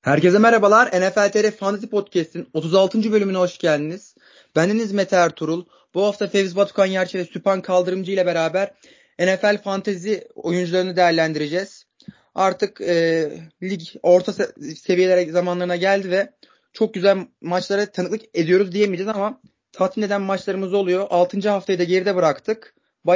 Herkese merhabalar. NFL TR Fantasy Podcast'in 36. bölümüne hoş geldiniz. Bendeniz Mete Ertuğrul. Bu hafta Fevzi Batukan Yerçe ve Süphan Kaldırımcı ile beraber NFL Fantasy oyuncularını değerlendireceğiz. Artık lig orta seviyelere zamanlarına geldi ve çok güzel maçlara tanıklık ediyoruz diyemeyeceğiz ama tatmin eden maçlarımız oluyor. 6. haftayı da geride bıraktık.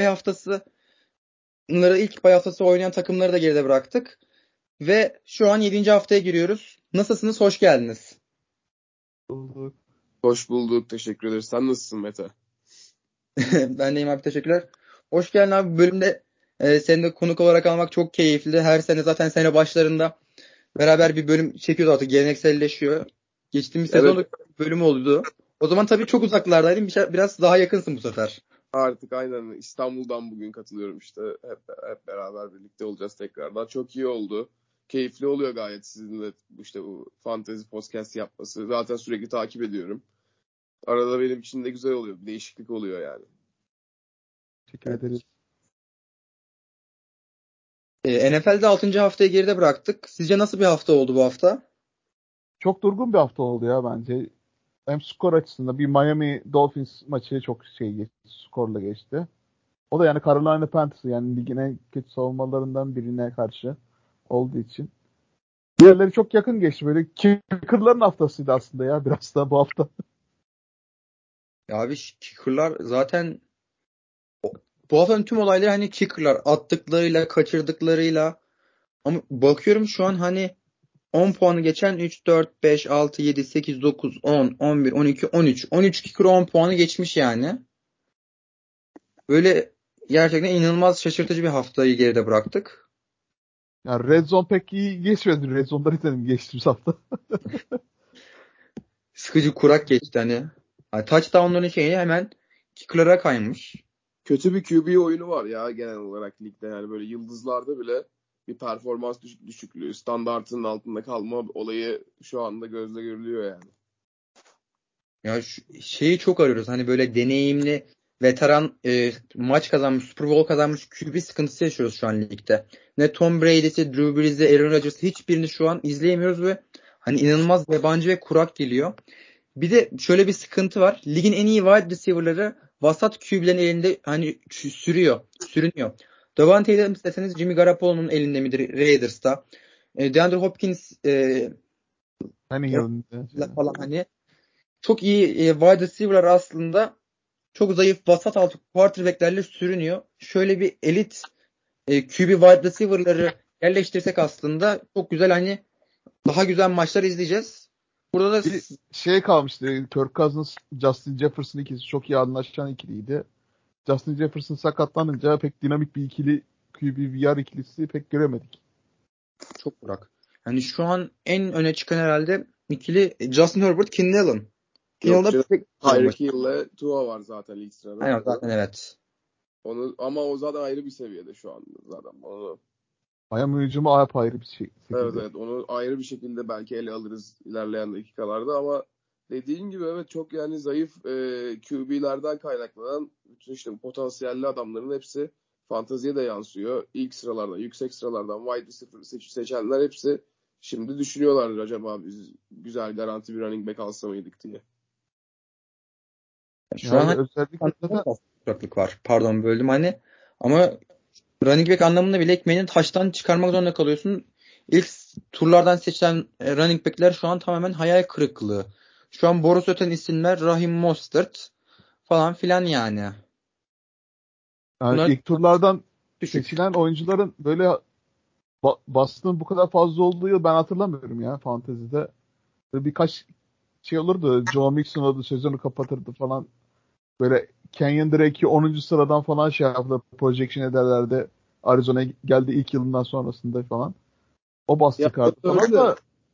İlk bay haftası oynayan takımları da geride bıraktık. Ve şu an 7. haftaya giriyoruz. Nasılsınız? Hoş geldiniz. Bulduk. Hoş bulduk. Teşekkür ederiz. Sen nasılsın Mete? Ben deyim abi, teşekkürler. Hoş geldin abi. Bu bölümde seni de konuk olarak almak çok keyifli. Her sene zaten sene başlarında beraber bir bölüm çekiyoruz, artık gelenekselleşiyor. Geçtiğimiz sezonda bölüm oldu. O zaman tabii çok uzaklardaydın. Biraz daha yakınsın bu sefer. Artık aynen İstanbul'dan bugün katılıyorum işte. Hep beraber birlikte olacağız tekrardan. Çok iyi oldu. Keyifli oluyor gayet sizinle işte bu Fantasy Podcast yapması. Zaten sürekli takip ediyorum. Arada benim için de güzel oluyor. Bir değişiklik oluyor yani. Teşekkür ederiz. NFL'de 6. haftayı geride bıraktık. Sizce nasıl bir hafta oldu bu hafta? Çok durgun bir hafta oldu ya bence. Hem skor açısından bir Miami Dolphins maçı çok geçti, skorla geçti. O da yani Carolina Panthers, yani ligin en kötü savunmalarından birine karşı olduğu için. Diğerleri çok yakın geçti. Böyle kicker'ların haftasıydı aslında ya biraz da bu hafta. Ya abi, kicker'lar zaten bu haftanın tüm olayları hani kicker'lar attıklarıyla, kaçırdıklarıyla. Ama bakıyorum şu an hani 10 puanı geçen 3, 4, 5, 6, 7, 8, 9, 10, 11, 12, 13. 13 kicker 10 puanı geçmiş yani. Böyle gerçekten inanılmaz şaşırtıcı bir haftayı geride bıraktık. Yani Red Zone pek iyi geçmedi. Red Zone'ları izledim geçtiğimiz hafta. Sıkıcı, kurak geçti hani. Hani touchdown'ların şeyi hemen kicker'lara kaymış. Kötü bir QB oyunu var ya genel olarak ligde. Yani böyle yıldızlarda bile bir performans düşüklüğü, standartının altında kalma olayı şu anda gözle görülüyor yani. Ya şeyi çok arıyoruz. Hani böyle deneyimli veteran, maç kazanmış, Super Bowl kazanmış QB sıkıntısı yaşıyoruz şu an ligde. Ne Tom Brady'si, Drew Brees'i, Aaron Rodgers'ı, hiçbirini şu an izleyemiyoruz ve hani inanılmaz yabancı ve kurak geliyor. Bir de şöyle bir sıkıntı var. Ligin en iyi wide receiver'ları vasat QB'lerin elinde hani sürünüyor. Davante Adams deseniz Jimmy Garoppolo'nun elinde midir Raiders'ta? DeAndre Hopkins Hani yanında. falan hani çok iyi wide receiver'lar aslında çok zayıf vasat altı quarterback'lerle sürünüyor. Şöyle bir elit QB wide receiver'ları yerleştirsek aslında çok güzel, hani daha güzel maçlar izleyeceğiz. Burada da Bir şey kalmıştı. Kirk Cousins, Justin Jefferson ikisi çok iyi anlaşan ikiliydi. Justin Jefferson sakatlanınca pek dinamik bir ikili QB ikilisi pek göremedik. çok bırak. Hani şu an en öne çıkan herhalde ikili Justin Herbert, Keenan Allen. Keenan Yok Allen canım. pek Tyreek Hill'le Tua var zaten ilk sırada. aynen, zaten evet. Ama o zaten ayrı bir seviyede şu an zaten. Miami hücumu apayrı bir Evet şekilde. onu ayrı bir şekilde belki ele alırız ilerleyen dakikalarda ama dediğin gibi evet çok yani zayıf QB'lerden kaynaklanan bütün işte bu potansiyelli adamların hepsi fanteziye de yansıyor. İlk sıralardan, yüksek sıralardan wide receiver seçenler hepsi şimdi düşünüyorlardır acaba biz güzel garanti bir running back alsa mıydık diye. Şu an Yani hani özellikle zaten kuraklık var. Pardon, böldüm hani. Ama running back anlamında bile ekmeğini taştan çıkarmak zorunda kalıyorsun. İlk turlardan seçilen running back'ler şu an tamamen hayal kırıklığı. Şu an borusu öten isimler Raheem Mostert falan filan yani. yani Bunlar ilk turlardan düşük. seçilen oyuncuların böyle bastığın bu kadar fazla olduğu yıl ben hatırlamıyorum ya fantezide. Böyle birkaç şey olurdu. Joe Mixon oldu, sezonu kapatırdı falan. Böyle Kenyon Drake'i 10. sıradan falan şey yaptı. Projection ederlerdi. Arizona'ya geldi ilk yılından sonrasında falan. O bas Ya çıkardı öyle falan de da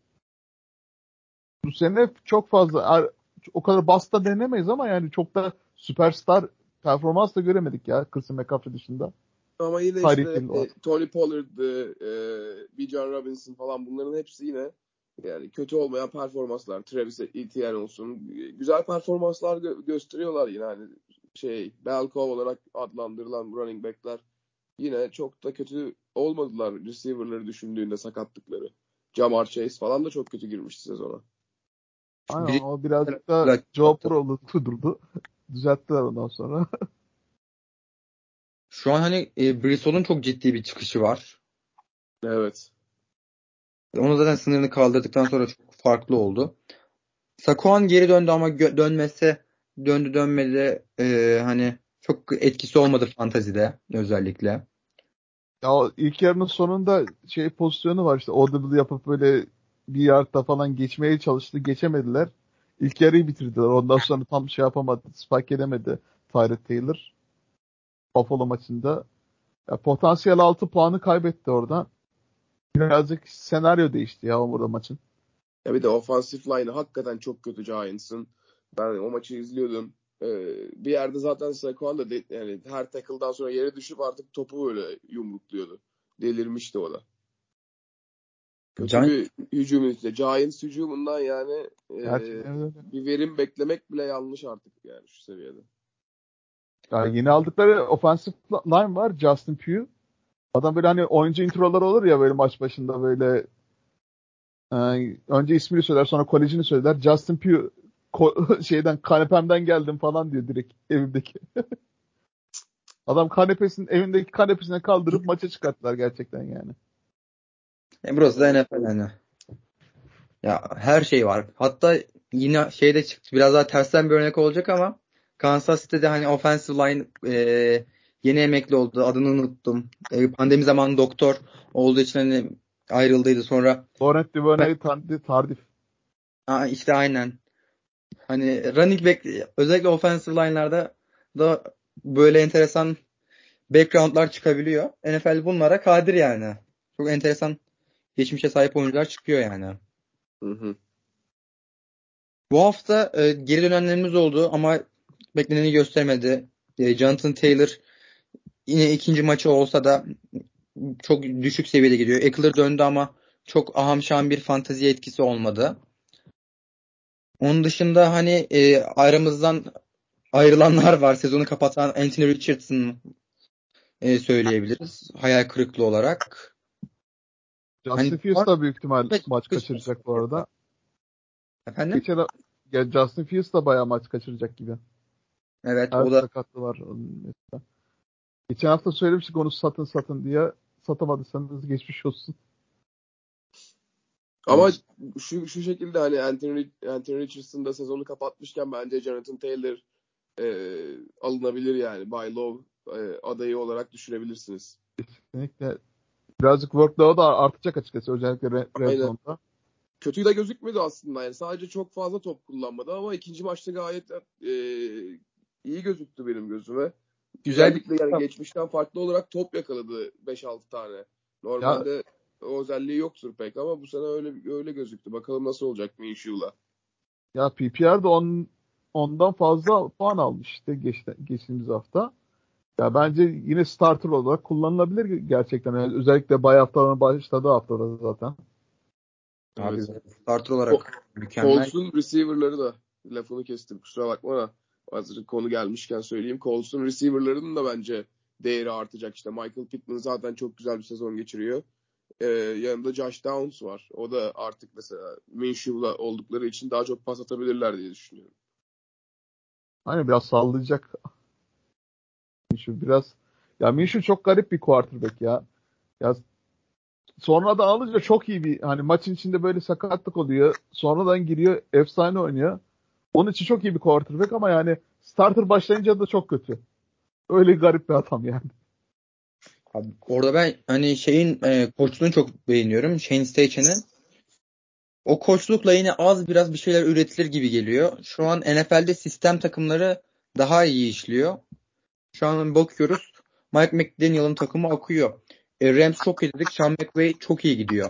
bu sene çok fazla o kadar basta denemeyiz ama yani çok da süperstar performans da göremedik ya Christian McCaffrey dışında. ama yine Tyreek işte Hill var. Tony Pollard'dı, Bijan Robinson falan bunların hepsi yine yani kötü olmayan performanslar. Travis Etienne olsun. Güzel performanslar gösteriyorlar yine hani Belko olarak adlandırılan running back'ler yine çok da kötü olmadılar receiver'ları düşündüğünde sakatlıkları. Jamar Chase falan da çok kötü girmişti sezona. Aynen, o birazcık da Joe Burrow'lu tutuldu. Düzelttiler ondan sonra. Şu an hani Brisson'un çok ciddi bir çıkışı var. Evet. Onu zaten sınırını kaldırdıktan sonra çok farklı oldu. Saquon geri döndü ama dönmese dönmedi hani çok etkisi olmadı fantazide özellikle. Ya o ilk yarının sonunda pozisyonu var işte, audible yapıp böyle bir yardta falan geçmeye çalıştı. Geçemediler. İlk yarıyı bitirdiler. Ondan sonra tam yapamadı. Spike edemedi Tyrod Taylor. Buffalo maçında. Ya, potansiyel 6 puanı kaybetti oradan. Birazcık senaryo değişti ya burada maçın. Ya bir de offensive line'ı hakikaten çok kötü Giants'ın. Ben o maçı izliyordum. Bir yerde zaten Saquon da yani her tackle'dan sonra yere düşüp artık topu böyle yumrukluyordu. Delirmişti o da. Kötü bir hücum yönetimi. Giants hücumundan yani Gerçekten öyle. bir verim beklemek bile yanlış artık yani şu seviyede. Yani yeni aldıkları offensive line var. Justin Pugh. Adam böyle hani oyuncu introları olur ya böyle maç başında böyle önce ismini söyler sonra kolejini söyler. Justin Pugh şeyden kanepemden geldim falan diyor direkt evimdeki. Adam evindeki kanepesine kaldırıp maça çıkarttılar gerçekten yani. Burası da NFL yani. Ya her şey var. Hatta yine şeyde çıktı. Biraz daha tersten bir örnek olacak ama Kansas City'de hani offensive line yeni emekli oldu. Adını unuttum. Pandemi zamanı doktor olduğu için hani ayrıldıydı sonra. Laurent Duvernay Tardif. İşte aynen. Hani running back özellikle offensive line'larda da böyle enteresan background'lar çıkabiliyor. NFL bunlara kadir yani. Çok enteresan geçmişe sahip oyuncular çıkıyor yani. Hı hı. Bu hafta geri dönenlerimiz oldu ama bekleneni göstermedi. Jonathan Taylor yine ikinci maçı olsa da çok düşük seviyede gidiyor. Eckler döndü ama çok aham şaham bir fantazi etkisi olmadı. Onun dışında hani aramızdan ayrılanlar var. Sezonu kapatan Anthony Richardson söyleyebiliriz. Hayal kırıklığı olarak. Justin Hani Fields da büyük ihtimal maç çıkış kaçıracak bu arada. efendim? Geçen ya Justin Fields da bayağı maç kaçıracak gibi. Evet Her o da sakatlığı var onun mesela. Geçen hafta söylemiştik onu satın diye. Satamadıysanız geçmiş olsun. Ama şu şekilde hani Anthony Richardson da sezonu kapatmışken bence Jonathan Taylor alınabilir yani. Buy low adayı olarak düşünebilirsiniz. Kesinlikle. Birazcık workload da artacak açıkçası özellikle Red Aynen. Zone'da. Kötü de gözükmedi aslında yani. Sadece çok fazla top kullanmadı ama ikinci maçta gayet iyi gözüktü benim gözüme. güzel bir Özellikle yani geçmişten farklı olarak top yakaladı 5-6 tane. Ya Normalde o özelliği yoktur pek ama bu sene öyle gözüktü. Bakalım nasıl olacak Minshew'la. ya PPR'da ondan fazla puan almış işte geçtiğimiz hafta. Ya bence yine starter olarak kullanılabilir gerçekten. Yani özellikle bay haftaların başladığı haftada zaten. abi Evet. starter olarak mükemmel. Colts'un receiver'ları da lafını kestim kusura bakma da hazır konu gelmişken söyleyeyim. Colts'un receiver'larının da bence değeri artacak. İşte Michael Pittman zaten çok güzel bir sezon geçiriyor. Yanında Josh Downs var. O da artık mesela Minshew'la oldukları için daha çok pas atabilirler diye düşünüyorum. Hani biraz sallayacak Minshew biraz. Ya Minshew çok garip bir quarterback ya. Ya sonradan alınca çok iyi bir hani maçın içinde böyle sakatlık oluyor. Sonradan giriyor efsane oynuyor. Onun için çok iyi bir quarterback ama yani starter başlayınca da çok kötü. Öyle garip bir adam yani. Abi, orada ben hani şeyin koçluğunu çok beğeniyorum. Shane Steichen'in. O koçlukla yine az biraz bir şeyler üretilir gibi geliyor. Şu an NFL'de sistem takımları daha iyi işliyor. Şu an bakıyoruz. Mike McDaniel'ın takımı akıyor. Rams çok iyi dedik. Sean McVay çok iyi gidiyor.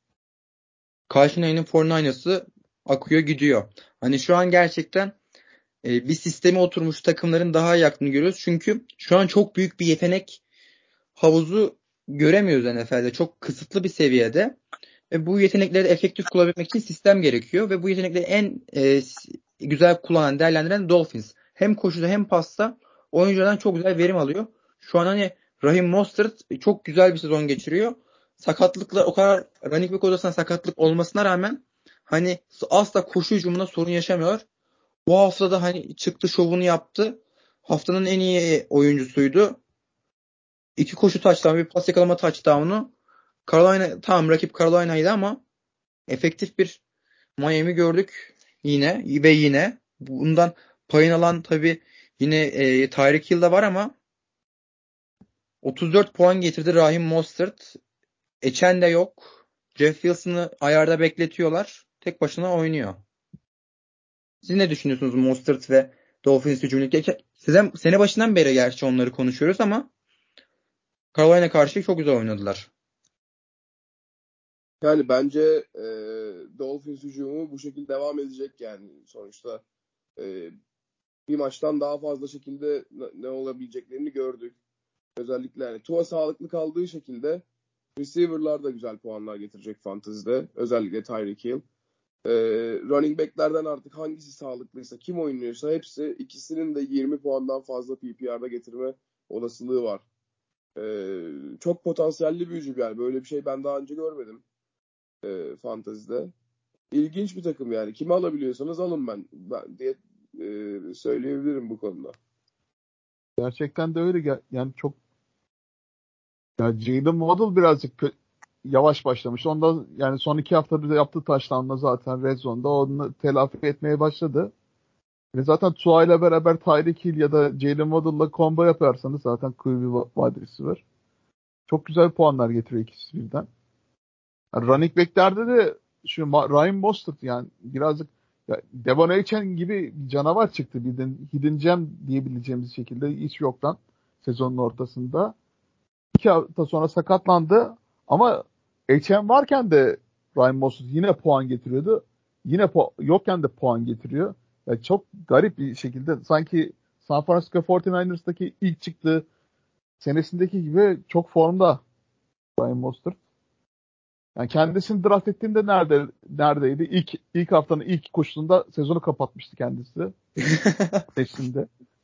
Kyle Shanahan'ın 49ers'ı akıyor gidiyor. Hani şu an gerçekten bir sisteme oturmuş takımların daha yakını görüyoruz. Çünkü şu an çok büyük bir yetenek havuzu göremiyoruz NFL'de. Çok kısıtlı bir seviyede. Ve bu yetenekleri efektif kullanabilmek için sistem gerekiyor. Ve bu yetenekleri en güzel kullanan, değerlendiren Dolphins. Hem koşuda hem pasta oyunculardan çok güzel verim alıyor. Şu an hani Raheem Mostert çok güzel bir sezon geçiriyor. sakatlıklar o kadar running back odasına sakatlık olmasına rağmen hani asla koşu hücumunda sorun yaşamıyor. Bu hafta da hani çıktı şovunu yaptı. Haftanın en iyi oyuncusuydu. 2 koşu touchdown, bir pas yakalama touchdown'u. Carolina tamam rakip Carolina'ydı ama efektif bir Miami gördük yine ve yine. Bundan payını alan tabii yine Tyreek Hill de var ama 34 puan getirdi Raheem Mostert. Etienne de yok. Jeff Wilson'ı ayarda bekletiyorlar. Tek başına oynuyor. Siz ne düşünüyorsunuz Mostert ve Dolphins hücumundaki? Sene başından beri gerçi onları konuşuyoruz ama Carolina karşı çok güzel oynadılar. Yani bence Dolphins hücumu bu şekilde devam edecek yani. Sonuçta bir maçtan daha fazla şekilde ne olabileceklerini gördük. Özellikle yani Tua sağlıklı kaldığı şekilde receiver'lar da güzel puanlar getirecek fantezide. Özellikle Tyreek Hill. Running back'lerden artık hangisi sağlıklıysa, kim oynuyorsa hepsi ikisinin de 20 puandan fazla PPR'da getirme olasılığı var. Çok potansiyelli bir hücum yani. Böyle bir şey ben daha önce görmedim fantezide. İlginç bir takım yani. Kimi alabiliyorsanız alın ben diye söyleyebilirim bu konuda. Gerçekten de öyle. Yani çok Jalen Waddle birazcık yavaş başlamış. Ondan yani son 2 haftada yaptığı touchdown'la zaten Red Zone'da onu telafi etmeye başladı. Ve zaten Tua ile beraber Tyreek Hill ya da Jalen Waddle'la combo yaparsanız zaten QB wide receiver. Çok güzel puanlar getiriyor ikisi birden. Yani running back'lerde de şu Ryan Mostert yani birazcık Devon Achane gibi bir canavar çıktı. Bir de Hidden Gem diyebileceğimiz şekilde hiç yoktan sezonun ortasında. 2 hafta sonra sakatlandı ama Achane varken de Ryan Mostert yine puan getiriyordu. Yine yokken de puan getiriyor. Yani çok garip bir şekilde sanki San Francisco 49ers'taki ilk çıktığı senesindeki gibi çok formda Ryan Mostert. Yani kendisini draft ettiğinde neredeydi? İlk haftanın ilk koşusunda sezonu kapatmıştı kendisi. Seçimde.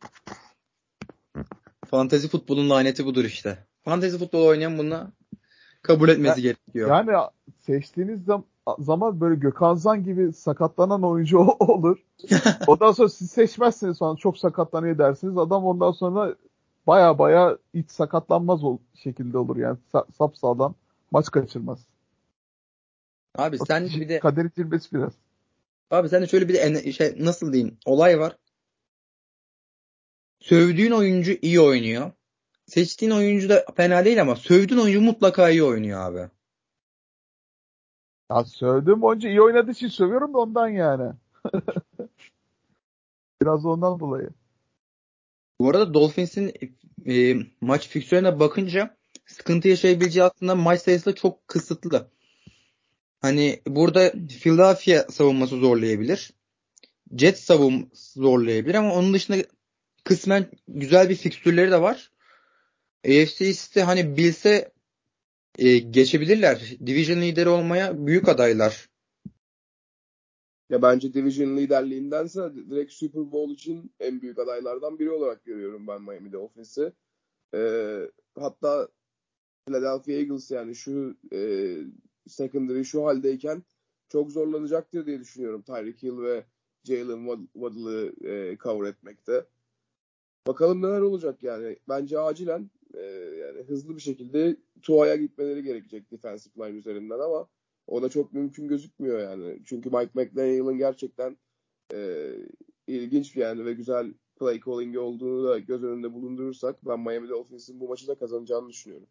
Fantezi futbolun laneti budur işte. Fantezi futbol oynayan bunu kabul etmesi gerekiyor. Yani seçtiğiniz zaman böyle Gökhan Zan gibi sakatlanan oyuncu olur. Ondan sonra siz seçmezsiniz falan çok sakatlanıyor dersiniz. Adam ondan sonra baya hiç sakatlanmaz şekilde olur yani. Sapsağlam maç kaçırmaz. Abi O sen bir de kader cilvesi biraz. abi sen de şöyle bir de nasıl diyeyim olay var. Sövdüğün oyuncu iyi oynuyor. Seçtiğin oyuncu da fena değil ama sövdüğün oyuncu mutlaka iyi oynuyor abi. Ya sövdüğüm oyuncu iyi oynadığı için sövüyorum da ondan yani. Biraz ondan dolayı. Bu arada Dolphins'in maç fiksiyonuna bakınca sıkıntı yaşayabileceği aslında maç sayısı da çok kısıtlı. Hani burada Philadelphia savunması zorlayabilir. Jets savunması zorlayabilir ama onun dışında kısmen güzel bir fikstürleri de var. AFC East'te hani bilse geçebilirler. Division lideri olmaya büyük adaylar. Ya bence Division liderliğindense direkt Super Bowl için en büyük adaylardan biri olarak görüyorum ben Miami Dolphins'i. Hatta Philadelphia Eagles yani şu secondary şu haldeyken çok zorlanacaktır diye düşünüyorum Tyreek Hill ve Jalen Waddle'ı cover etmekte. Bakalım neler olacak yani. Bence acilen yani hızlı bir şekilde Tua'ya gitmeleri gerekecek defensive line üzerinden ama o da çok mümkün gözükmüyor yani. Çünkü Mike McDaniel'ın gerçekten e, ilginç bir yani ve güzel play calling olduğunu da göz önünde bulundurursak ben Miami Dolphins'in bu maçı da kazanacağını düşünüyorum.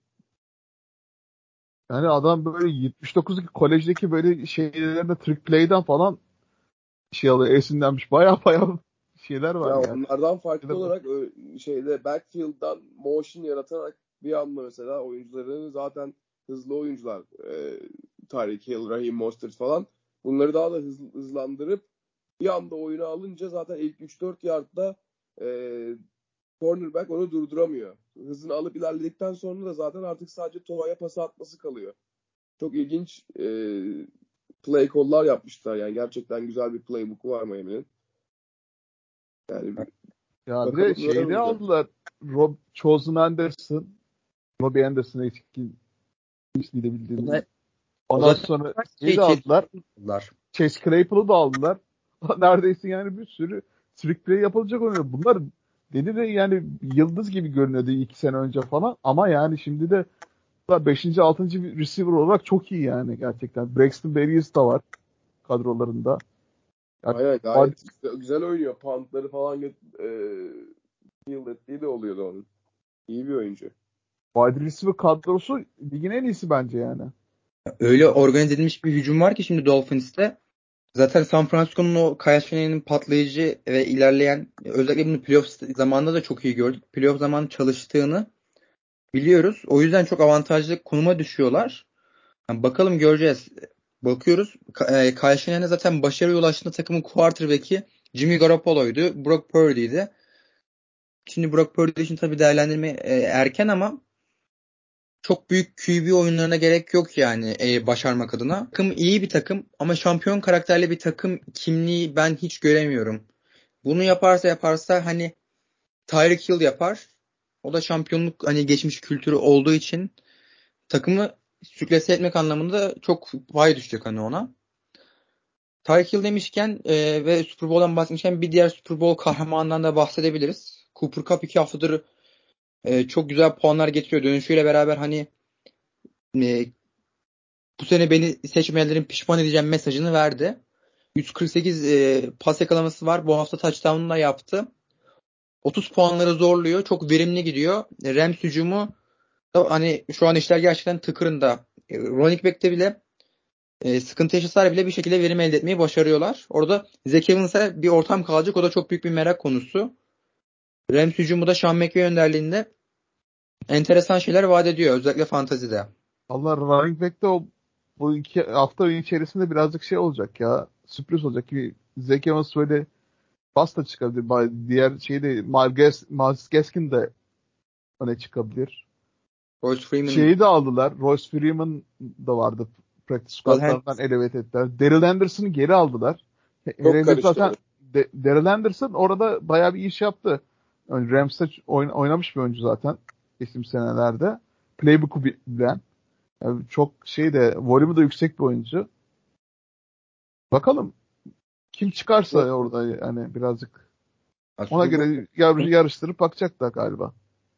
Yani adam böyle 79'daki kolejdeki böyle şeylerinde trick play'den falan şey alıyor, esinlenmiş. Baya şeyler var Ya yani. onlardan farklı olarak şeyde backfield'dan motion yaratarak bir anda mesela oyuncularını zaten hızlı oyuncular Tyreek Hill, Raheem Mostert falan bunları daha da hızlandırıp bir anda oyunu alınca zaten ilk 3-4 yardta e, cornerback onu durduramıyor. Hızını alıp ilerledikten sonra da zaten artık sadece Tova'ya pası atması kalıyor. Çok ilginç play call'lar yapmışlar yani gerçekten güzel bir playbook'u var Miami'nin. Yani Ya bir de bakalım neler şeyde olacak. aldılar. Chosen Anderson. Robbie Anderson'a İsmini de bildiğim. O Ondan da sonra şey de aldılar. aldılar. Chase Claypool'u da aldılar. Neredeyse yani bir sürü trick play yapılacak oynuyor. Bunlar dedi de yani yıldız gibi görünüyordu 2 sene önce falan. Ama yani şimdi de 5. 6. bir receiver olarak çok iyi yani gerçekten. Braxton Berrios da var kadrolarında. Yani, Aynen gayet güzel oynuyor. Puntları falan field ettiği de oluyordu onun. İyi bir oyuncu. wide receiver kadrosu ligin en iyisi bence yani. Öyle organize edilmiş bir hücum var ki şimdi Dolphins'te. Zaten San Francisco'nun o Kyle Shanahan'ın patlayıcı ve ilerleyen özellikle bunu playoff zamanında da çok iyi gördük. Playoff zamanı çalıştığını biliyoruz. O yüzden çok avantajlı konuma düşüyorlar. Yani bakalım göreceğiz. Bakıyoruz. Kyle Shanahan'a zaten başarıya ulaştığında takımın quarterback'i Jimmy Garoppolo'ydu. Brock Purdy'ydi. Şimdi Brock Purdy için tabii değerlendirme erken ama çok büyük QB oyunlarına gerek yok yani başarmak adına. Takım iyi bir takım ama şampiyon karakterli bir takım kimliği ben hiç göremiyorum. Bunu yaparsa hani Tyreek Hill yapar. O da şampiyonluk hani geçmiş kültürü olduğu için takımı sükse etmek anlamında çok pay düşecek hani ona. Tyreek Hill demişken ve Super Bowl'dan bahsetmişken bir diğer Super Bowl kahramanından da bahsedebiliriz. Cooper Kupp 2 haftadır çok güzel puanlar getiriyor. Dönüşüyle beraber hani e, bu sene beni seçmeyenlerin pişman edeceğim mesajını verdi. 148 pas yakalaması var. Bu hafta touchdown'unu da yaptı. 30 puanları zorluyor. Çok verimli gidiyor. Rams hücumu da hani şu an işler gerçekten tıkırında. Running back'te bile sıkıntı yaşasalar bile bir şekilde verim elde etmeyi başarıyorlar. Orada Zach Evans'a bir ortam kalacak. O da çok büyük bir merak konusu. Rams hücumu da Sean McVay önderliğinde enteresan şeyler vaat ediyor. Özellikle fantazide. Allah running back'te bu 2 hafta içerisinde birazcık şey olacak ya. Sürpriz olacak ki Zach Evans böyle pas da çıkabilir. Diğer şeyde Miles Gaskin de öne çıkabilir. Royce Freeman, Şeyi de aldılar. Royce Freeman da vardı. Practice Will squad'larından elevate ettiler. Daryl Anderson'ı geri aldılar. Çok Hele karıştı zaten o. Daryl Anderson orada bayağı bir iş yaptı. Yani Rams'te oynamış bir oyuncu zaten geçtiğimiz senelerde. Playbook'u bilen. Yani çok volümü de yüksek bir oyuncu. Bakalım kim çıkarsa orada yani birazcık ona Super Bowl, göre yarıştırıp bakacaklar galiba.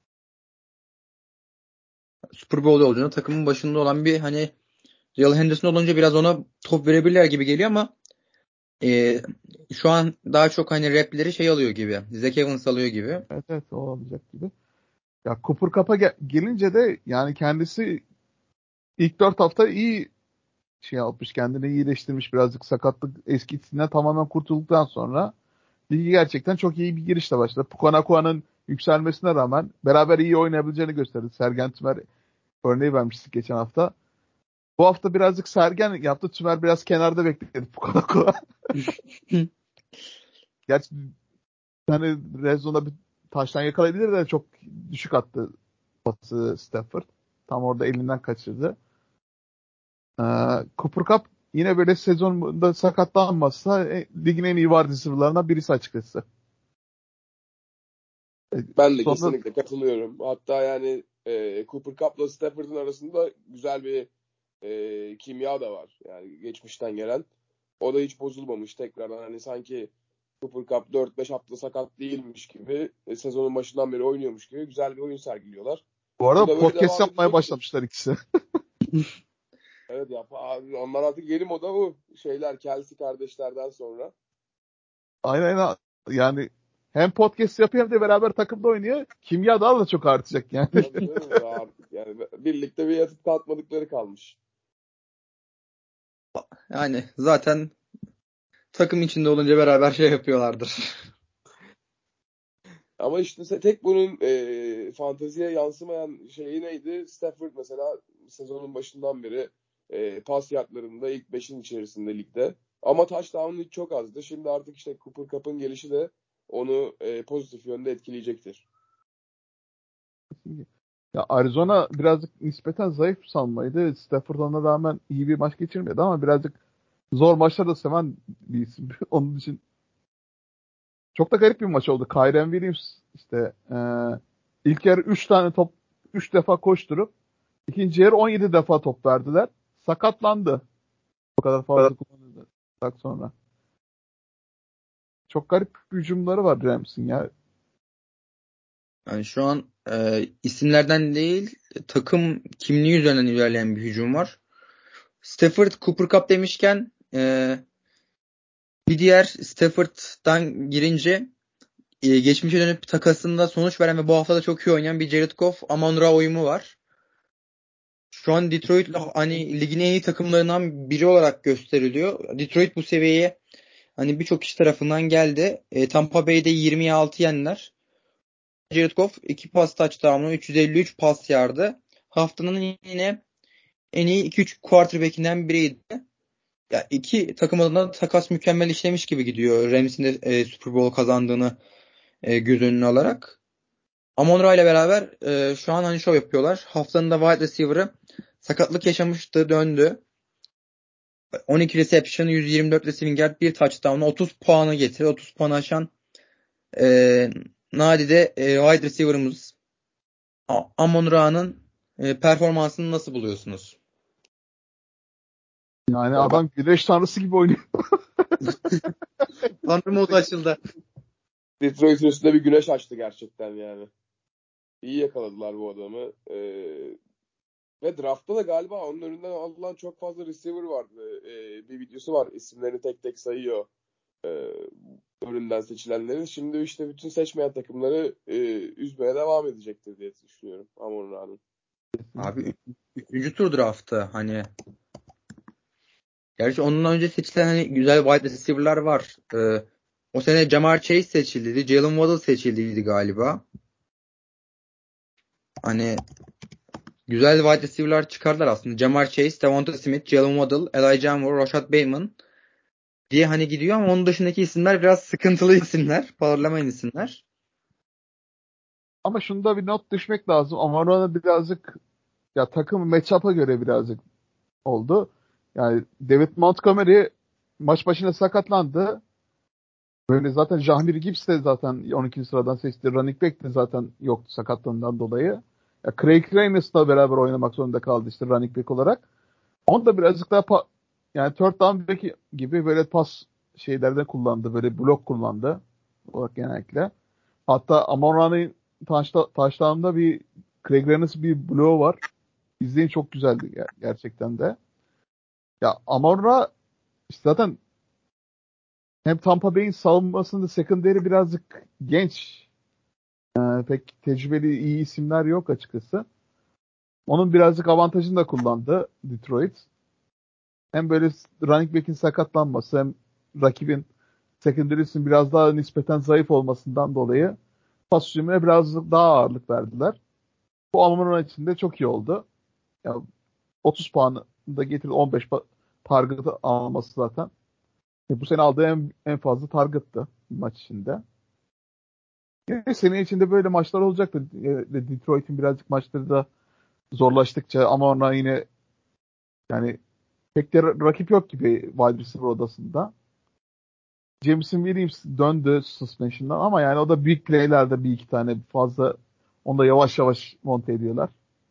Super Bowl yolculuğunda takımın başında olan bir hani Real Henderson olunca biraz ona top verebilirler gibi geliyor ama e, şu an daha çok hani rapleri şey alıyor gibi. Zach Evans alıyor gibi. Evet evet o olacak gibi. Ya Cooper Cup'a gelince de yani kendisi ilk 4 hafta iyi şey yapmış, kendini iyileştirmiş, birazcık sakatlık eskisinden tamamen kurtulduktan sonra ligi gerçekten çok iyi bir girişle başladı. Puka yükselmesine rağmen beraber iyi oynayabileceğini gösterdi. Sergen Tümer örneği vermiştik geçen hafta. Bu hafta birazcık Sergen yaptı. Tümer biraz kenarda bekledi Puka. Gerçi hani red zone'da bir taştan yakalayabilir de çok düşük attı pası Stafford. Tam orada elinden kaçırdı. Ee, Cooper Kupp yine böyle sezonda sakatlanmazsa ligin en iyi wide receiver'larından birisi açıkçası. Ben de Sonra kesinlikle katılıyorum. Hatta yani Cooper Kupp'la Stafford'ın arasında güzel bir kimya da var. Yani geçmişten gelen. O da hiç bozulmamış tekrardan. Hani sanki Cooper Kupp 4-5 hafta sakat değilmiş gibi sezonun başından beri oynuyormuş gibi güzel bir oyun sergiliyorlar. bu Bu arada da böyle podcast devam yapmaya edecektir. başlamışlar ikisi. Evet ya abi, onlar artık yeni moda bu. Şeyler Kelsey kardeşlerden sonra. Aynen yani hem podcast yapıyor hem de beraber takımda oynuyor. Kimya daha da çok artacak yani. Tabii canım ya artık yani birlikte bir yatıp kalkmadıkları kalmış. Yani zaten takım içinde olunca beraber şey yapıyorlardır. Ama işte tek bunun fanteziye yansımayan şeyi neydi? Stafford mesela sezonun başından beri pas yardlarında ilk 5'in içerisinde ligde. Ama touchdown'u hiç çok azdı. Şimdi artık işte Cooper Kupp'ın gelişi de onu pozitif yönde etkileyecektir. Ya Arizona birazcık nispeten zayıf sanmaydı. Stafford ona rağmen iyi bir maç geçirmedi ama birazcık zor maçları da seven bir isim. Onun için çok da garip bir maç oldu. Kyren Williams işte ilk yarı 3 tane top 3 defa koşturup İkinci yarı 17 defa top verdiler. Sakatlandı. O kadar fazla kullanıldı sonra. Çok garip hücumları var Rams'in ya. Yani şu an isimlerden değil takım kimliği üzerinden ilerleyen bir hücum var. Stafford Cooper Cup demişken bir diğer Stafford'dan girince geçmişe dönüp takasında sonuç veren ve bu hafta da çok iyi oynayan bir Jared Goff Amon-Ra uyumu var. Şu an Detroit hani ligin en iyi takımlarından biri olarak gösteriliyor. Detroit bu seviyeye hani birçok kişi tarafından geldi. Tampa Bay'de 26 yendiler. Jared Goff 2 pas touchdown'u 353 pas yardı. Haftanın yine en iyi 2-3 quarterback'inden biriydi. Ya iki takım adına takas mükemmel işlemiş gibi gidiyor. Rams'in de Super Bowl kazandığını göz önüne alarak. Amon-Ra ile beraber şu an hani şov yapıyorlar. Haftanın da wide receiver'ı sakatlık yaşamıştı, döndü. 12 reception, 124 receiving yard, bir touchdown'la 30 puanı getirdi. 30 puanı aşan nadide wide receiver'ımız. Amon-Ra'nın performansını nasıl buluyorsunuz? Yani adam güneş tanrısı gibi oynuyor. Tanrı modu açıldı. Detroit'in üstünde bir güneş açtı gerçekten yani. İyi yakaladılar bu adamı. Ve draftta da galiba onun önünden alınan çok fazla receiver vardı. Bir videosu var. İsimlerini tek tek sayıyor. Önünden seçilenlerin. Şimdi işte bütün seçmeyen takımları üzmeye devam edecektir diye düşünüyorum. Amon-Ra'nın. Abi 3. tur draftı hani. Gerçi ondan önce seçilen hani güzel wide receiver'lar var. O sene Jamar Chase seçildiydi. Jalen Waddle seçildiydi galiba. Hani güzel wide receiver'lar çıkardılar aslında. Jamar Chase, Devonta Smith, Jalen Waddle, Elijah Moore, Rashad Bateman diye hani gidiyor ama onun dışındaki isimler biraz sıkıntılı isimler. Parlamayan isimler. Ama şunda bir not düşmek lazım. Amon-Ra'da birazcık ya takım matchup'a göre birazcık oldu. Yani David Montgomery maç başına sakatlandı. Böyle zaten Jahmir Gibbs de zaten 12. sıradan seçti. Running back de zaten yoktu sakatlığından dolayı. Ya Craig Reynolds'la beraber oynamak zorunda kaldı işte running back olarak. Onu da birazcık daha yani third down back gibi böyle pas şeylerde kullandı. Böyle blok kullandı olarak genellikle. Hatta Amon-Ra'nın touchdown'da bir Craig Reynolds bir bloğu var. İzleyin, çok güzeldi gerçekten de. Ya Amon-Ra işte zaten hem Tampa Bay'in savunmasında secondary birazcık genç. Pek tecrübeli iyi isimler yok açıkçası. Onun birazcık avantajını da kullandı Detroit. Hem böyle running back'in sakatlanması hem rakibin secondary'sinin biraz daha nispeten zayıf olmasından dolayı pas hücumuna biraz daha ağırlık verdiler. Bu Amon-Ra için de çok iyi oldu. Yani 30 puanı da getirdi, 15 target alması zaten. Bu sene aldığı en fazla target'tı maç içinde. Senin içinde böyle maçlar olacaktır. Detroit'in birazcık maçları da zorlaştıkça ama ona yine yani pek de rakip yok gibi wide receiver odasında. Jameson Williams döndü suspension'dan ama yani o da büyük play'lerde bir iki tane fazla, onu da yavaş yavaş monte ediyorlar.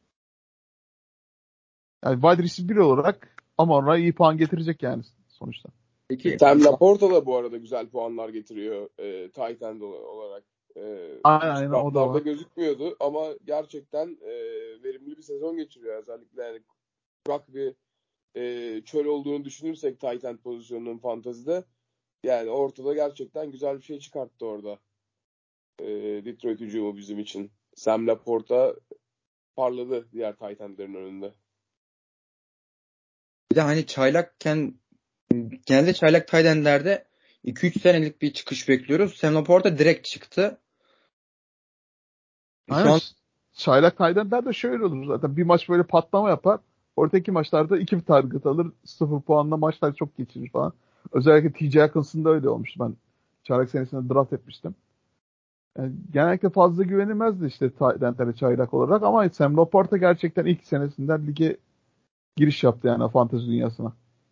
Yani wide receiver olarak Amon-Ra iyi puan getirecek yani sonuçta. Peki Sam Laporta da bu arada güzel puanlar getiriyor tight end olarak. Aynen o da Draftlarda var. gözükmüyordu ama gerçekten verimli bir sezon geçiriyor. Özellikle yani kurak bir çöl olduğunu düşünürsek tight end pozisyonunun fantazide, yani ortada gerçekten güzel bir şey çıkarttı orada. Detroit hücumu bizim için. Sam Laporta parladı diğer tight endlerin önünde. bir de hani çaylakken genelde çaylak tight endlerde 2-3 senelik bir çıkış bekliyoruz. Sam Laporta direkt çıktı. Şu Aynen. an Çaylak Tayden'ler de şöyle olur zaten. Bir maç böyle patlama yapar. Ortaki maçlarda 2 target alır. 0 puanla maçlar çok geçirir falan. Özellikle TJ Hawkinson'da öyle olmuştu. Ben çaylak senesinde draft etmiştim. Yani genellikle fazla güvenilmezdi işte Tayden'lere çaylak olarak ama Sam Laporta gerçekten ilk senesinden lige giriş yaptı yani fantezi dünyasına.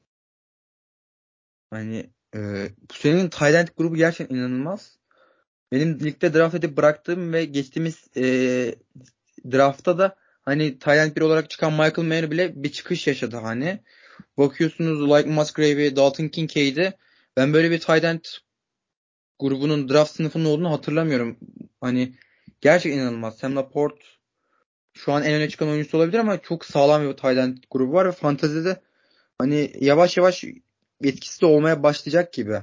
hani bu senenin tight end grubu gerçekten inanılmaz. Benim ligde draft edip bıraktığım ve geçtiğimiz draftta da hani tight end 1 olarak çıkan Michael Mayer bile bir çıkış yaşadı hani. Bakıyorsunuz Like Musgrave, Dalton Kincaid'i. Ben böyle bir tight end grubunun draft sınıfının olduğunu hatırlamıyorum. Hani gerçekten inanılmaz. Sam Laporte şu an en öne çıkan oyuncusu olabilir ama çok sağlam bir tight end grubu var ve fantezide hani yavaş yavaş etkisi de olmaya başlayacak gibi.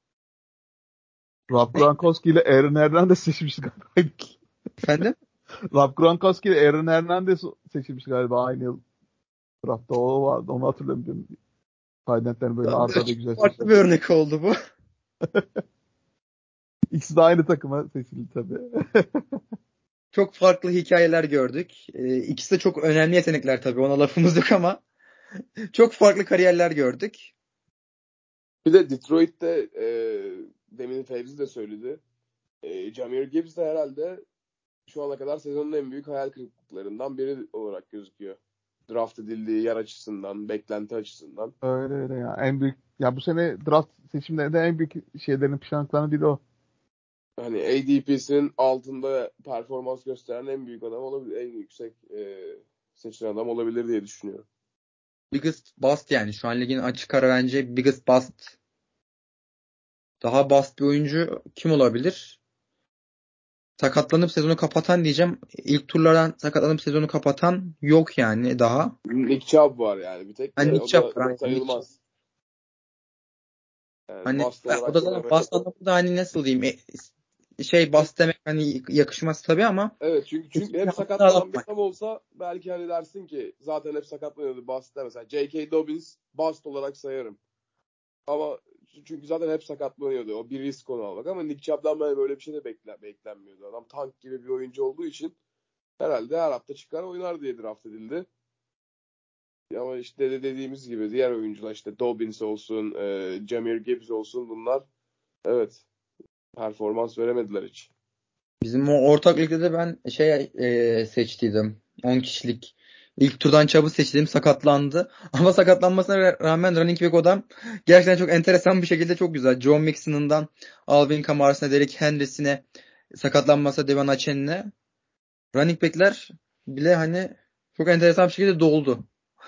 Rob Gronkowski ile Aaron Hernandez seçmiş galiba. Efendim? Rob Gronkowski ile Aaron Hernandez seçilmiş galiba aynı yıl draftta. O vardı. Onu hatırlamıyorum. Kaydetlerin böyle arda arda güzel Farklı seçildi. bir örnek oldu bu. İkisi de aynı takıma seçildi tabii. Çok farklı hikayeler gördük. İkisi de çok önemli yetenekler tabii. Ona lafımız yok ama çok farklı kariyerler gördük. Bir de Detroit'te demin Fevzi de söyledi. Jahmyr Gibbs de herhalde şu ana kadar sezonun en büyük hayal kırıklıklarından biri olarak gözüküyor. Draft edildiği yer açısından, beklenti açısından. Öyle öyle ya. En büyük ya bu sene draft seçimlerinde en büyük şeylerin pişmanlıklarından biri o. Hani ADP'sinin altında performans gösteren en büyük adam olabilir. En yüksek seçilen adam olabilir diye düşünüyorum. Biggest bust yani. Şu an ligin açık ara bence biggest bust. Daha bust bir oyuncu kim olabilir? Sakatlanıp sezonu kapatan diyeceğim. İlk turlardan sakatlanıp sezonu kapatan yok yani daha. Nick Chubb var yani bir tek Hani de. Nick O Chubb da var. Hani Nick Chubb. sayılmaz. Yani Hani bust o olarak da zaten bust sayılmayabilir. anlamında hani nasıl diyeyim şey bust demek hani yakışmaz tabii ama Evet çünkü hep kesinlikle adam sakatlanan bir adam olsa belki hani dersin ki zaten hep sakatlanıyordu bust mesela J.K. Dobbins bust olarak sayarım. Ama çünkü zaten hep sakatlanıyordu. O bir risk onu almak ama Nick Chubb'dan böyle bir şey de beklenmiyordu. Adam tank gibi bir oyuncu olduğu için herhalde her hafta çıkar oynar diye draft edildi. Ama işte dediğimiz gibi diğer oyuncular işte Dobbins olsun, Jahmyr Gibbs olsun bunlar evet performans veremediler hiç. bizim o ortak ligde de ben seçtiydim. 10 kişilik. İlk turdan Chubb'ı seçtim. Sakatlandı. Ama sakatlanmasına rağmen running back odam gerçekten çok enteresan bir şekilde çok güzel. Joe Mixon'ından Alvin Kamara'sına, Derrick Henry'sine, sakatlanmasa Devon Achane'ne. Running back'ler bile hani çok enteresan bir şekilde doldu.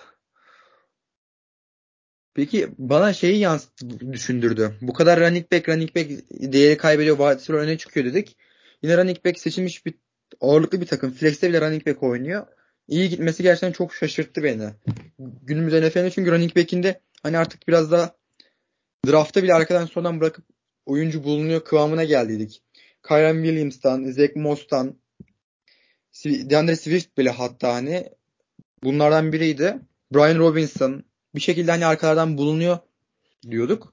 Peki bana düşündürdü. Bu kadar running back değeri kaybediyor. Wide receiver öne çıkıyor dedik. Yine running back seçilmiş bir ağırlıklı bir takım. Flex'te bile running back oynuyor. İyi gitmesi gerçekten çok şaşırttı beni. Günümüz NFL'de çünkü running back'in de hani artık biraz daha draft'ta bile arkadan sonradan bırakıp oyuncu bulunuyor kıvamına geldiydik. Kyren Williams'tan, Zach Moss'tan, DeAndre Swift bile hatta hani bunlardan biriydi. Brian Robinson bir şekilde hani arkalardan bulunuyor diyorduk.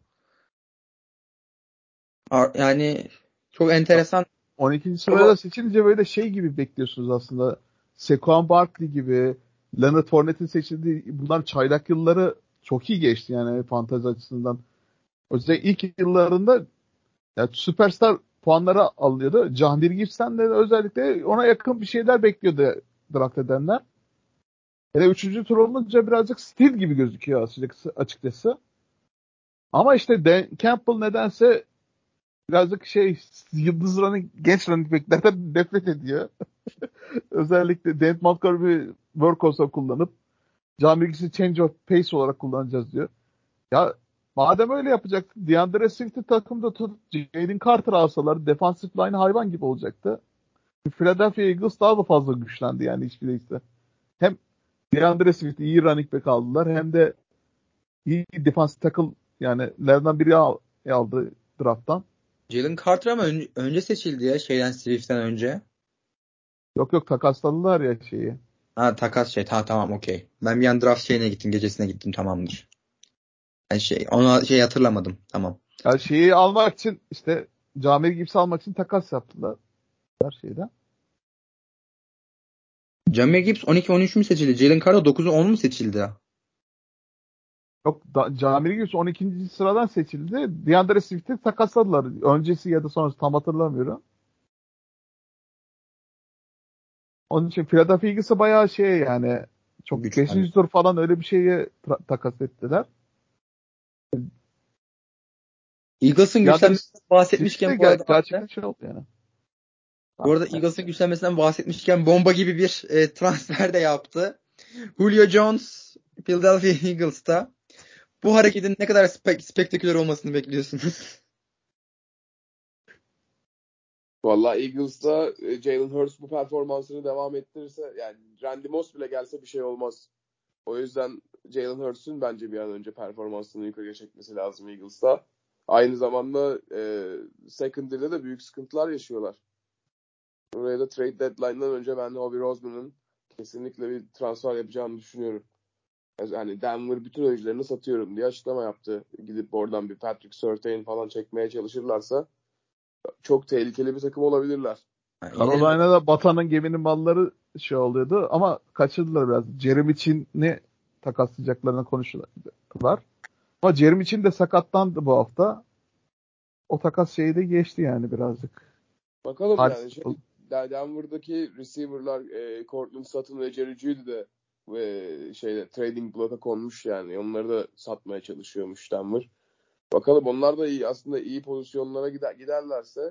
Yani çok enteresan 12. ama sırada seçilince böyle şey gibi bekliyorsunuz aslında. Saquon Barkley gibi, Leonard Fournette'in seçildiği bunlar çaylak yılları çok iyi geçti yani fantezi açısından. Özellikle ilk yıllarında ya süperstar puanları alıyordu. Jahmyr Gibson'den de özellikle ona yakın bir şeyler bekliyordu draft edenler. Hele 3. tur olunca birazcık stil gibi gözüküyor açıkçası. Ama işte Dan Campbell nedense birazcık yıldız genç running back'lerden nefret ediyor. Özellikle Dante Montgomery workhorse'a kullanıp Jahmyr Gibson'ı change of pace olarak kullanacağız diyor. Ya madem öyle yapacaktı DeAndre Swift'i takımda tutup Jalen Carter alsalar defensive line hayvan gibi olacaktı. Philadelphia Eagles daha da fazla güçlendi yani hiçbir değilse. Hem DeAndre Swift iyi running back aldılar hem de iyi defensive tackle yani lerden biri aldı draft'tan. Jalen Carter ama önce seçildi ya Swift'ten önce. Yok takasladılar ya şeyi. Ha takas tamam okey. Ben bir an draft gittim gecesine gittim tamamdır. Ben ona hatırlamadım tamam. Ya şeyi almak için işte Jahmyr Gibbs'i almak için takas yaptılar her şeyden. Jahmyr Gibbs 12-13 mü seçildi? Jalen Carter 9-10 mu seçildi? Yok Jahmyr Gibbs 12. sıradan seçildi. DeAndre Swift'i takasladılar. Öncesi ya da sonrası tam hatırlamıyorum. Onun için Philadelphia Eagles'a bayağı yani çok Güçlendi. 5. tur falan öyle bir şeye takas ettiler. Eagles'ın DeAndre güçlenmesinden Swift bahsetmişken de bu arada abi, gerçekten oldu yani. Bu arada Eagles'ın güçlenmesinden bahsetmişken bomba gibi bir transfer de yaptı. Julio Jones Philadelphia Eagles'ta. Bu hareketin ne kadar spektaküler olmasını bekliyorsunuz? Vallahi Eagles'ta Jalen Hurts bu performansını devam ettirirse, yani Randy Moss bile gelse bir şey olmaz. O yüzden Jalen Hurts'un bence bir an önce performansını yukarıya çekmesi lazım Eagles'ta. Aynı zamanda secondary'de de büyük sıkıntılar yaşıyorlar. Buraya da trade deadline'dan önce ben Howie Roseman'ın kesinlikle bir transfer yapacağını düşünüyorum. Yani Denver bütün oyuncularını satıyorum diye açıklama yaptı. Gidip oradan bir Patrick Surtain falan çekmeye çalışırlarsa çok tehlikeli bir takım olabilirler. Carolina'da batanın geminin malları şey oluyordu ama kaçırdılar biraz. Jeremy Chin'i takaslayacaklarını konuşuyorlar. Ama Jeremy Chin de sakatlandı bu hafta. O takas şeyi de geçti yani birazcık. Bakalım yani Denver'daki receiver'lar Courtland Sutton ve Jerry Jeudy de trading block'a konmuş yani. Onları da satmaya çalışıyormuş Denver. Bakalım, onlar da aslında iyi pozisyonlara giderlerse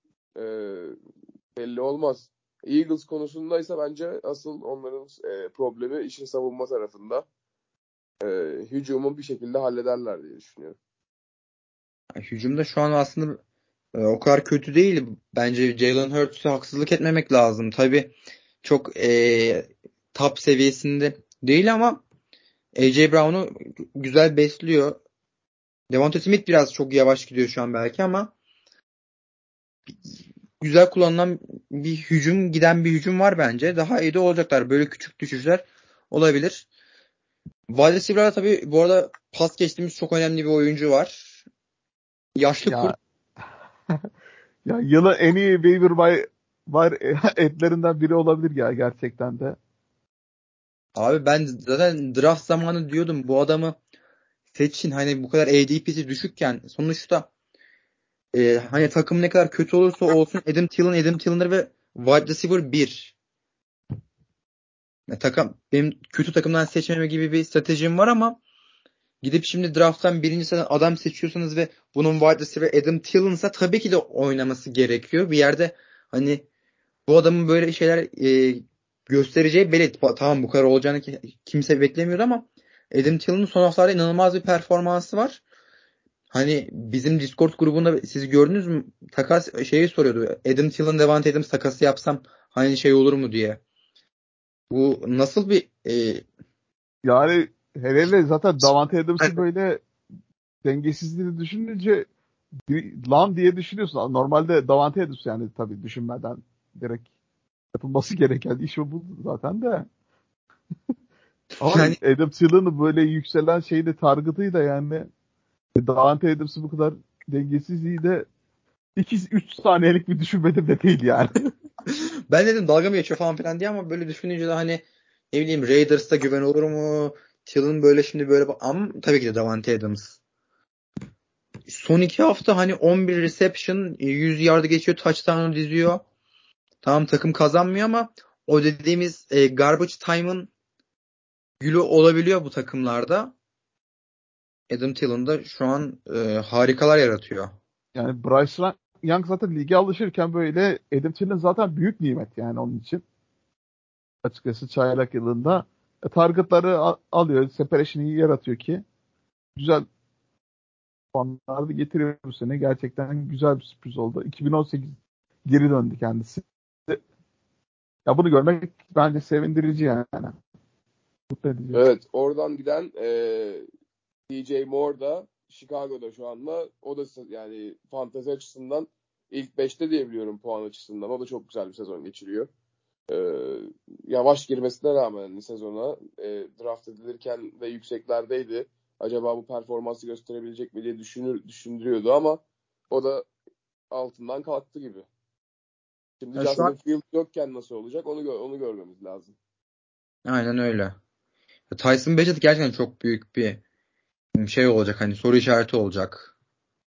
belli olmaz. Eagles konusundaysa bence asıl onların problemi işin savunma tarafında. Hücumu bir şekilde hallederler diye düşünüyorum. Hücumda şu an aslında o kadar kötü değil. Bence Jalen Hurts'e haksızlık etmemek lazım. Tabii çok top seviyesinde değil ama A.J. Brown'u güzel besliyor. Devonta Smith biraz çok yavaş gidiyor şu an belki ama güzel kullanılan giden bir hücum var bence. Daha iyi de olacaklar. Böyle küçük düşüşler olabilir. Wide receiver'da tabii bu arada pas geçtiğimiz çok önemli bir oyuncu var. Yaşlı ya, kurt. ya yılın en iyi waiver var etlerinden biri olabilir ya gerçekten de. Abi ben zaten draft zamanı diyordum bu adamı seçin. Hani bu kadar ADP'si düşükken sonuçta hani takım ne kadar kötü olursa olsun Adam Thielen ve wide receiver 1. Benim kötü takımdan seçmeme gibi bir stratejim var ama gidip şimdi drafttan birinci sıradan adam seçiyorsanız ve bunun wide receiver Adam Thielen'sa tabii ki de oynaması gerekiyor. Bir yerde hani bu adamın böyle şeyler göstereceği belli. Tamam, bu kadar olacağını kimse beklemiyordu ama Adam Thielen'ın son haftalarda inanılmaz bir performansı var. Hani bizim Discord grubunda siz gördünüz mü? Takas şeyi soruyordu. Adam Thielen, Davante Adams takası yapsam hani şey olur mu diye. Bu nasıl bir Yani hele zaten Davante Adams'ın böyle dengesizliğini düşününce lan diye düşünüyorsun. Normalde Davante Adams yani tabii düşünmeden direkt yapılması gereken iş o bu zaten de. Ama yani Adam Thiele'nin böyle yükselen şeyde target'ı da yani Davante Adams'ın bu kadar dengesizliği de 2-3 saniyelik bir düşünmedim de değil yani. ben dedim dalga mı geçiyor falan filan diye ama böyle düşününce de hani ne bileyim Raiders'ta güven olur mu? Thielen böyle şimdi böyle ama tabii ki de Davante Adams. Son 2 hafta hani 11 reception 100 yardı geçiyor, touchdown'u diziyor. Tamam, takım kazanmıyor ama o dediğimiz garbage time'ın gülü olabiliyor bu takımlarda. Adam Thielen da şu an harikalar yaratıyor. Yani Bryce Young zaten lige alışırken böyle Adam Thielen zaten büyük nimet yani onun için. Açıkçası çaylak yılında targetları alıyor, separation'ı yaratıyor ki güzel puanlar da getiriyor bu sene. Gerçekten güzel bir sürpriz oldu. 2018 geri döndü kendisi. Ya bunu görmek bence sevindirici yani. Mutlu edici. Evet, oradan giden DJ Moore da Chicago'da şu anda. O da yani fantezi açısından ilk 5'te diyebiliyorum puan açısından. O da çok güzel bir sezon geçiriyor. Yavaş girmesine rağmen sezona draft edilirken de yükseklerdeydi. Acaba bu performansı gösterebilecek mi diye düşündürüyordu ama o da altından kalktı gibi. Şimdi Ya şu Justin an Fields yokken nasıl olacak onu görmemiz lazım. aynen öyle. Tyson Bagent gerçekten çok büyük bir şey olacak, hani soru işareti olacak.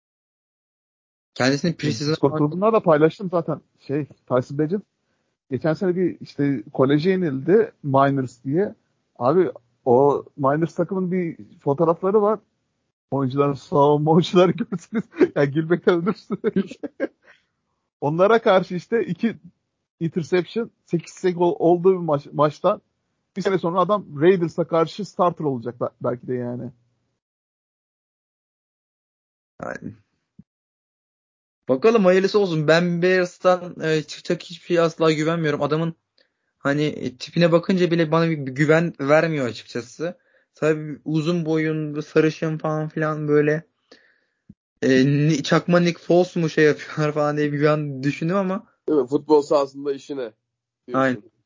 Kendisini Discord preseason grubunda da paylaştım zaten. Tyson Bagent geçen sene bir işte koleje yenildi Miners diye. Abi o Miners takımın bir fotoğrafları var. Oyuncuların savunma oyuncuları görseniz ya gülmekten ölürsünüz. Onlara karşı işte interception, 8 sack olduğu bir maçtan bir sene sonra adam Raiders'a karşı starter olacak belki de yani. Yani bakalım hayırlısı olsun. Ben Bears'tan çıkacak hiçbir şey asla güvenmiyorum. Adamın hani tipine bakınca bile bana bir güven vermiyor açıkçası. Tabii uzun boyun, sarışın falan filan böyle çakma Nick Foles mu şey yapıyorlar falan diye bir an düşündüm ama Değil mi? Futbol sahasında işine aynen. diyorsun.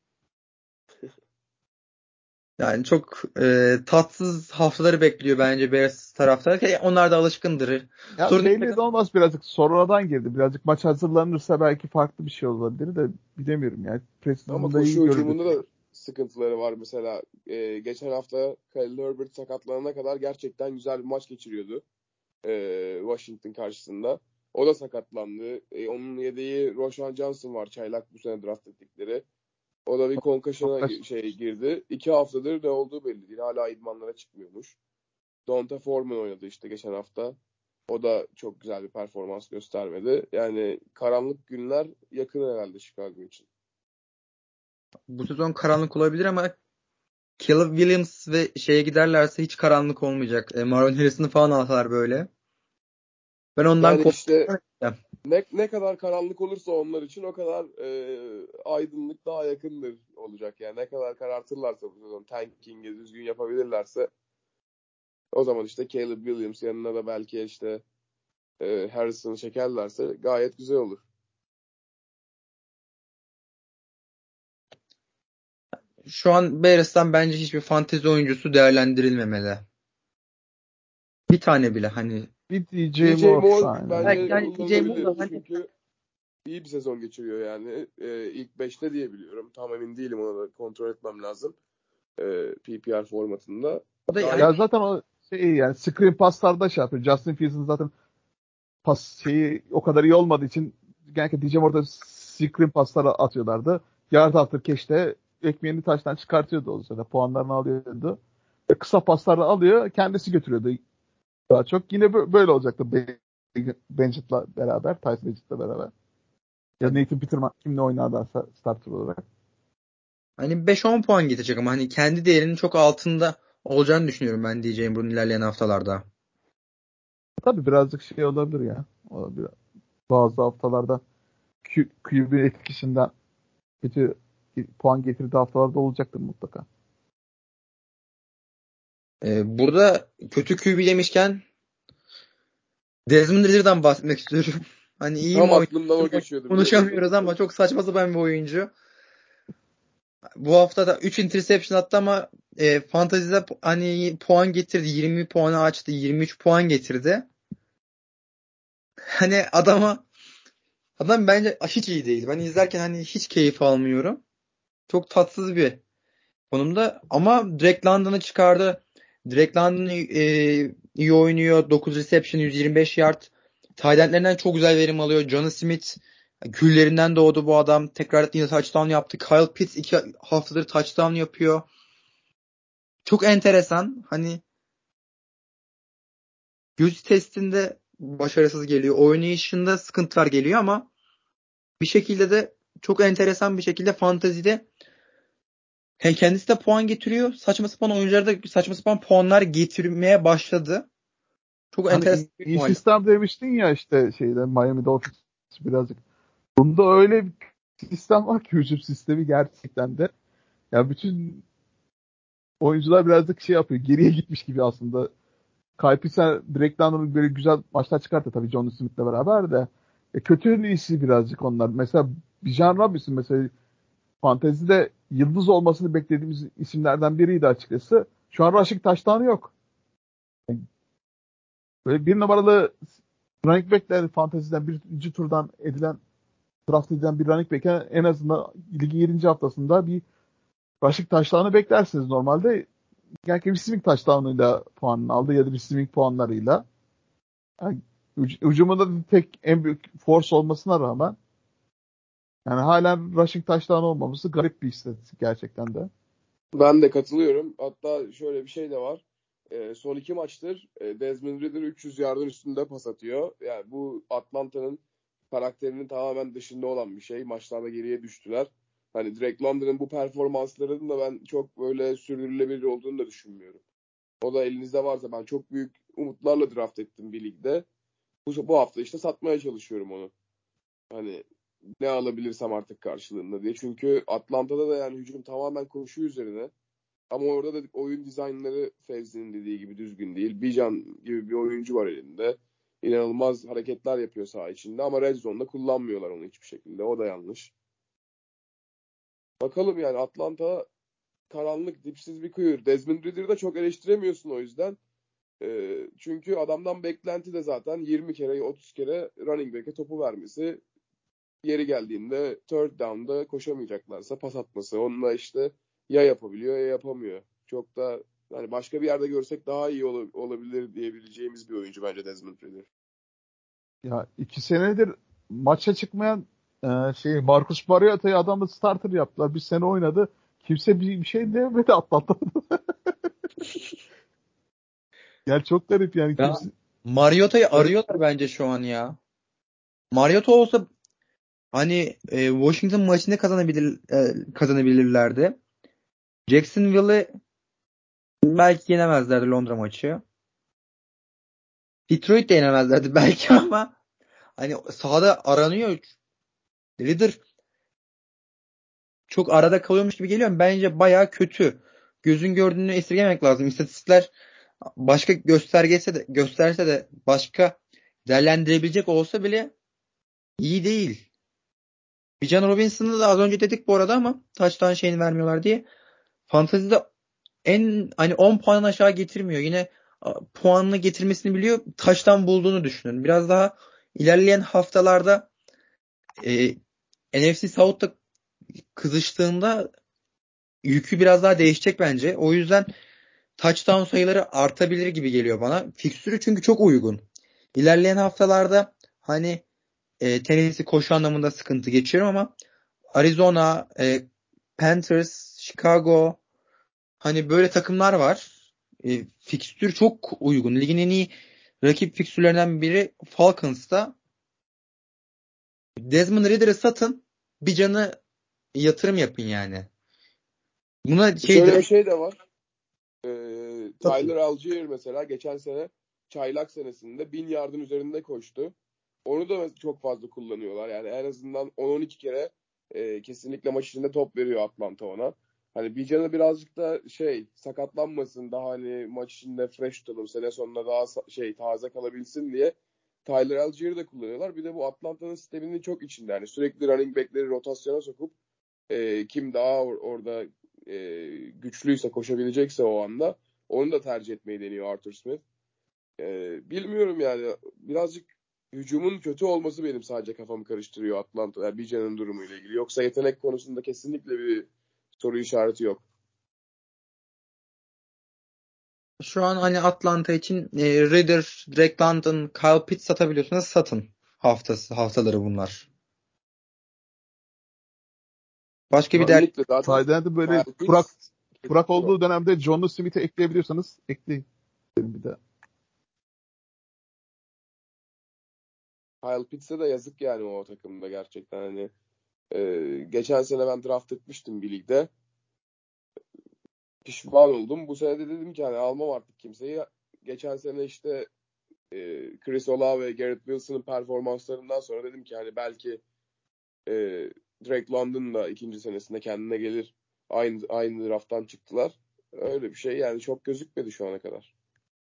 Yani çok tatsız haftaları bekliyor bence Bears taraftarı. Onlar da alışkındır. Ya Sorun belli de olmaz, birazcık sonradan girdi. Birazcık maç hazırlanırsa belki farklı bir şey olabilir de bilemiyorum yani. Ama Preseason'da iyi koşu görüldü. hücumunda da sıkıntıları var. Mesela geçen hafta Khalil Herbert sakatlanana kadar gerçekten güzel bir maç geçiriyordu. Washington karşısında. O da sakatlandı. Onun yedeği Roshan Johnson var. Çaylak bu sene draft ettikleri. O da bir konkaşına girdi. 2 haftadır ne olduğu belli değil. Hala idmanlara çıkmıyormuş. Donta Foreman oynadı işte geçen hafta. O da çok güzel bir performans göstermedi. Yani karanlık günler yakın herhalde Chicago için. bu sezon karanlık olabilir ama Caleb Williams ve şeye giderlerse hiç karanlık olmayacak. Marlon Harrison'ı falan alsalar böyle. Ben ondan Yani işte korkuyorum. ne kadar karanlık olursa onlar için o kadar aydınlık daha yakındır olacak. Yani ne kadar karartırlarsa bu sezon tanking'i düzgün yapabilirlerse o zaman işte Caleb Williams yanına da belki işte Harrison'ı çekerlerse gayet güzel olur. Şu an Bears'tan bence hiçbir fantezi oyuncusu değerlendirilmemeli. Bir tane bile hani. Bir DJ DJ Moore Moore aynen bence öyle. Yani DJ Moore kullanılabilir. da hani Çünkü iyi bir sezon geçiriyor yani. İlk 5'te diye biliyorum. Tam emin değilim, ona da kontrol etmem lazım. PPR formatında. o da Ya Gayet zaten o şey yani screen passlarda şey yapıyor. Justin Fields'ın zaten pas şeyi o kadar iyi olmadığı için genellikle DJ Moore'da screen pasları atıyorlardı. Yard after catch'te ekmeğini taştan çıkartıyordu o sırada. Puanlarını alıyordu. Kısa paslarla alıyor, kendisi götürüyordu daha çok. Yine böyle olacaktı Benchett'la beraber, Tyson Benchett'la beraber. Ya Nathan Peterman kimle oynarlarsa starter olarak. hani 5-10 puan getirecek ama hani kendi değerinin çok altında olacağını düşünüyorum ben DJ Moore'un ilerleyen haftalarda. Tabii birazcık şey olabilir ya. Olabilir. Bazı haftalarda QB etkisinden kötü puan getirdiği haftalarda olacaktır mutlaka. Burada kötü QB demişken Desmond Ridder'dan bahsetmek istiyorum. Hani iyi mi tam oynuyor? aklımdan o geçiyordu, biliyor musun? Konuşamıyoruz ama çok saçma sapan bir oyuncu. Bu hafta da 3 interception attı ama fantezide hani puan getirdi. 20 puanı açtı. 23 puan getirdi. Hani adam bence hiç iyi değil. Ben izlerken hani hiç keyif almıyorum. Çok tatsız bir konumda ama Drake London'ı çıkardı. Drake London iyi oynuyor. 9 reception, 125 yard. Tight endlerinden çok güzel verim alıyor. Jonnu Smith küllerinden doğdu bu adam. Tekrar yine touchdown yaptı. Kyle Pitts 2 haftadır touchdown yapıyor. Çok enteresan. Hani göz testinde başarısız geliyor. Oynayışında sıkıntılar geliyor ama bir şekilde de çok enteresan bir şekilde fantezide hem kendisi de puan getiriyor. Saçma sapan oyuncular da saçma sapan puanlar getirmeye başladı. Çok Hani enteresan bir iyi ihtimal. sistem demiştin ya işte şeyde Miami Dolphins birazcık. Bunda öyle bir sistem var ki, hücum sistemi gerçekten de. Ya bütün oyuncular birazcık şey yapıyor. Geriye gitmiş gibi aslında. Kyle Pitts'e direkt böyle güzel maçlar çıkarttı tabii John Smith'le beraber de. Kötünün iyisi birazcık onlar. Mesela Bijan Robinson mesela fantezide yıldız olmasını beklediğimiz isimlerden biriydi açıkçası. Şu an rushing touchdown'u yok. Böyle bir numaralı running back'ler fanteziden birinci turdan draft edilen bir running back'e en azından ligin 7. haftasında bir rushing touchdown'u beklersiniz normalde. Yani receiving touchdown'uyla puanını aldı ya da receiving puanlarıyla. Yani hücumunda tek en büyük force olmasına rağmen yani hala rushing touchdown olmaması garip bir istatistik gerçekten de. Ben de katılıyorum. Hatta şöyle bir şey de var. Son 2 maçtır Desmond Ridder 300 yardın üstünde pas atıyor. Yani bu Atlanta'nın karakterinin tamamen dışında olan bir şey. Maçlarda geriye düştüler. Hani Drake London'ın bu performanslarının da ben çok böyle sürdürülebilir olduğunu da düşünmüyorum. O da elinizde varsa ben çok büyük umutlarla draft ettim bir ligde. Bu hafta işte satmaya çalışıyorum onu. Hani ne alabilirsem artık karşılığında diye. Çünkü Atlanta'da da yani hücum tamamen koşu üzerine. Ama orada da oyun dizaynları Fevzi'nin dediği gibi düzgün değil. Bijan gibi bir oyuncu var elinde. İnanılmaz hareketler yapıyor saha içinde ama Red Zone'da kullanmıyorlar onu hiçbir şekilde. O da yanlış. Bakalım yani Atlanta karanlık, dipsiz bir kuyu. Desmond Ridder'ı da çok eleştiremiyorsun o yüzden. Çünkü adamdan beklenti de zaten 20 kere, 30 kere running back'e topu vermesi. Yeri geldiğinde third down'da koşamayacaklarsa pas atması. Onunla işte ya yapabiliyor ya yapamıyor. Çok da hani başka bir yerde görsek daha iyi olabilir diyebileceğimiz bir oyuncu bence Desmond Ridder. Ya 2 senedir maça çıkmayan Marcus Mariota'yı adamı starter yaptılar. Bir sene oynadı. Kimse bir şey demedi Atlanta. Yani çok garip yani. Ya Mariota'yı Garip. arıyorlar bence şu an ya. Mariota olsa hani Washington maçını kazanabilirlerdi. Jacksonville'ı belki yenemezlerdi Londra maçı. Detroit de yenemezlerdi belki ama hani sahada aranıyor. Ridder çok arada kalıyormuş gibi geliyor. Bence bayağı kötü. Gözün gördüğünü esirgememek lazım. İstatistikler başka gösterse de başka değerlendirebilecek olsa bile iyi değil. Bijan Robinson'ı da az önce dedik bu arada ama touchdown şeyini vermiyorlar diye. Fantezide en hani 10 puan aşağı getirmiyor. Yine puanını getirmesini biliyor. Touchdown bulduğunu düşünün. Biraz daha ilerleyen haftalarda e, NFC South'ta kızıştığında yükü biraz daha değişecek bence. O yüzden touchdown sayıları artabilir gibi geliyor bana. Fikstürü çünkü çok uygun. İlerleyen haftalarda hani Tennessee koşu anlamında sıkıntı geçiriyor ama Arizona, Panthers, Chicago hani böyle takımlar var. Fikstür çok uygun. Ligin en iyi rakip fikstürlerinden biri Falcons'ta. Desmond Ridder'ı satın, bir canı yatırım yapın yani. Buna Şöyle bir direkt şey de var. satın. Tyler Algier mesela geçen sene çaylak senesinde 1000 yardın üzerinde koştu. Onu da çok fazla kullanıyorlar. Yani en azından 10-12 kere kesinlikle maç içinde top veriyor Atlanta ona. Hani Bijan'ı birazcık da sakatlanmasın daha hani maç içinde fresh tutalım sene sonunda daha taze kalabilsin diye Tyler Algier'i de kullanıyorlar. Bir de bu Atlanta'nın sisteminin çok içinde. Yani sürekli running back'leri rotasyona sokup kim daha orada güçlüyse koşabilecekse o anda onu da tercih etmeyi deniyor Arthur Smith. Bilmiyorum yani birazcık hücumun kötü olması benim sadece kafamı karıştırıyor Atlanta. Yani Bijan'ın durumuyla ilgili. Yoksa yetenek konusunda kesinlikle bir soru işareti yok. Şu an hani Atlanta için Ridder, Drake London, Kyle Pitts satabiliyorsanız satın. Haftaları bunlar. Başka bir değer Kesinlikle zaten Tight böyle Kyle kurak Pitts kurak kesinlikle o. olduğu dönemde Jonnu Smith'i ekleyebiliyorsanız ekleyin bir de. Kyle Pitts'e de yazık yani o takımda gerçekten hani geçen sene ben draft etmiştim bir ligde. Pişman oldum. Bu sene de dedim ki hani almam artık kimseyi. Geçen sene işte Chris Olave ve Garrett Wilson'ın performanslarından sonra dedim ki hani belki e, Drake London da ikinci senesinde kendine gelir. Aynı drafttan çıktılar. Öyle bir şey yani çok gözükmedi şu ana kadar.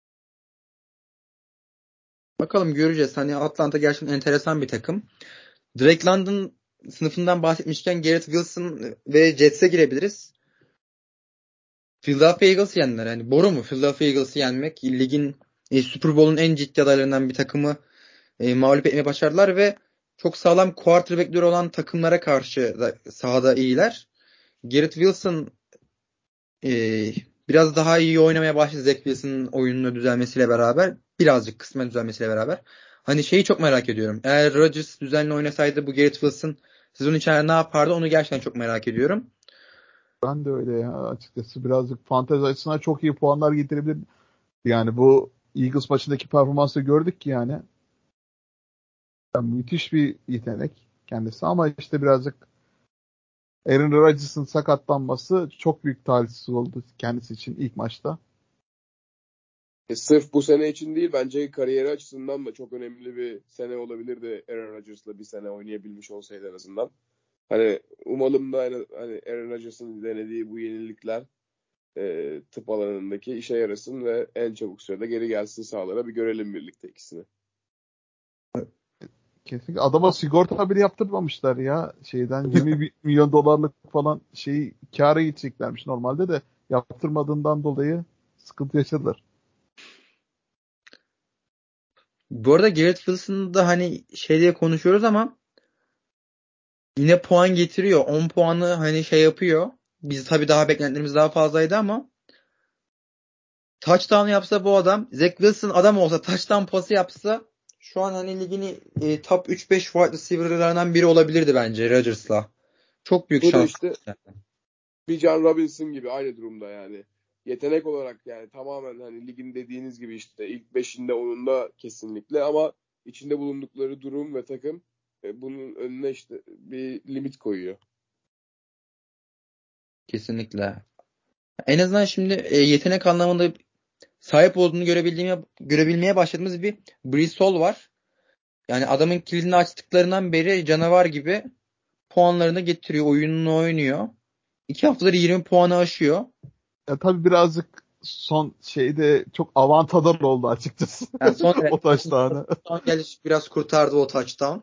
bakalım göreceğiz. Hani Atlanta gerçekten enteresan bir takım. Drake London sınıfından bahsetmişken Garrett Wilson ve Jets'e girebiliriz. Philadelphia Eagles yendiler. Yani boru mu Philadelphia Eagles'ı yenmek? Ligin Super Bowl'un en ciddi adaylarından bir takımı mağlup etmeye başardılar ve çok sağlam quarterback'leri olan takımlara karşı da sahada iyiler. Garrett Wilson e, biraz daha iyi oynamaya başladı Zach Wilson'ın oyununu düzelmesiyle beraber. Birazcık kısmen düzelmesiyle beraber. Hani şeyi çok merak ediyorum. Eğer Rodgers düzenli oynasaydı bu Garrett Wilson sezon içerisinde ne yapardı onu gerçekten çok merak ediyorum. Ben de öyle ya açıkçası birazcık fantezi açısından çok iyi puanlar getirebilir. Yani bu Eagles maçındaki performansı gördük ki yani Yani müthiş bir yetenek kendisi ama işte birazcık Aaron Rodgers'ın sakatlanması çok büyük talihsiz oldu kendisi için ilk maçta. Sırf bu sene için değil, bence kariyeri açısından da çok önemli bir sene olabilirdi Aaron Rodgers'la bir sene oynayabilmiş olsaydı en azından. Hani umalım da hani Aaron Rodgers'ın denediği bu yenilikler tıp alanındaki işe yarasın ve en çabuk sürede geri gelsin sahalara, bir görelim birlikte ikisini. Kesinlikle. Adama sigorta bile yaptırmamışlar ya. Şeyden 20 milyon dolarlık falan şeyi kâra gideceklermiş normalde de yaptırmadığından dolayı sıkıntı yaşadılar. Bu arada Garrett Wilson'ı da hani şey diye konuşuyoruz ama yine puan getiriyor. 10 puanı hani şey yapıyor. Biz tabii daha beklentilerimiz daha fazlaydı ama touchdown yapsa bu adam, Zach Wilson adam olsa touchdown pası yapsa şu an hani ligin top 3-5 wide receiver'larından biri olabilirdi bence Rodgers'la. Çok büyük Bu da şans. işte Bijan Robinson gibi aynı durumda yani. Yetenek olarak yani tamamen hani ligin dediğiniz gibi işte ilk 5'inde 10'unda kesinlikle, ama içinde bulundukları durum ve takım bunun önüne işte bir limit koyuyor. Kesinlikle. En azından şimdi yetenek anlamında sahip olduğunu görebilmeye başladığımız bir Breece Hall var. Yani adamın kilidini açtıklarından beri canavar gibi puanlarını getiriyor. Oyununu oynuyor. 2 haftadır 20 puanı aşıyor. Ya tabii birazcık son şeyde çok avantadan oldu açıkçası. Yani son O taştanı. geliş biraz kurtardı o touchdown.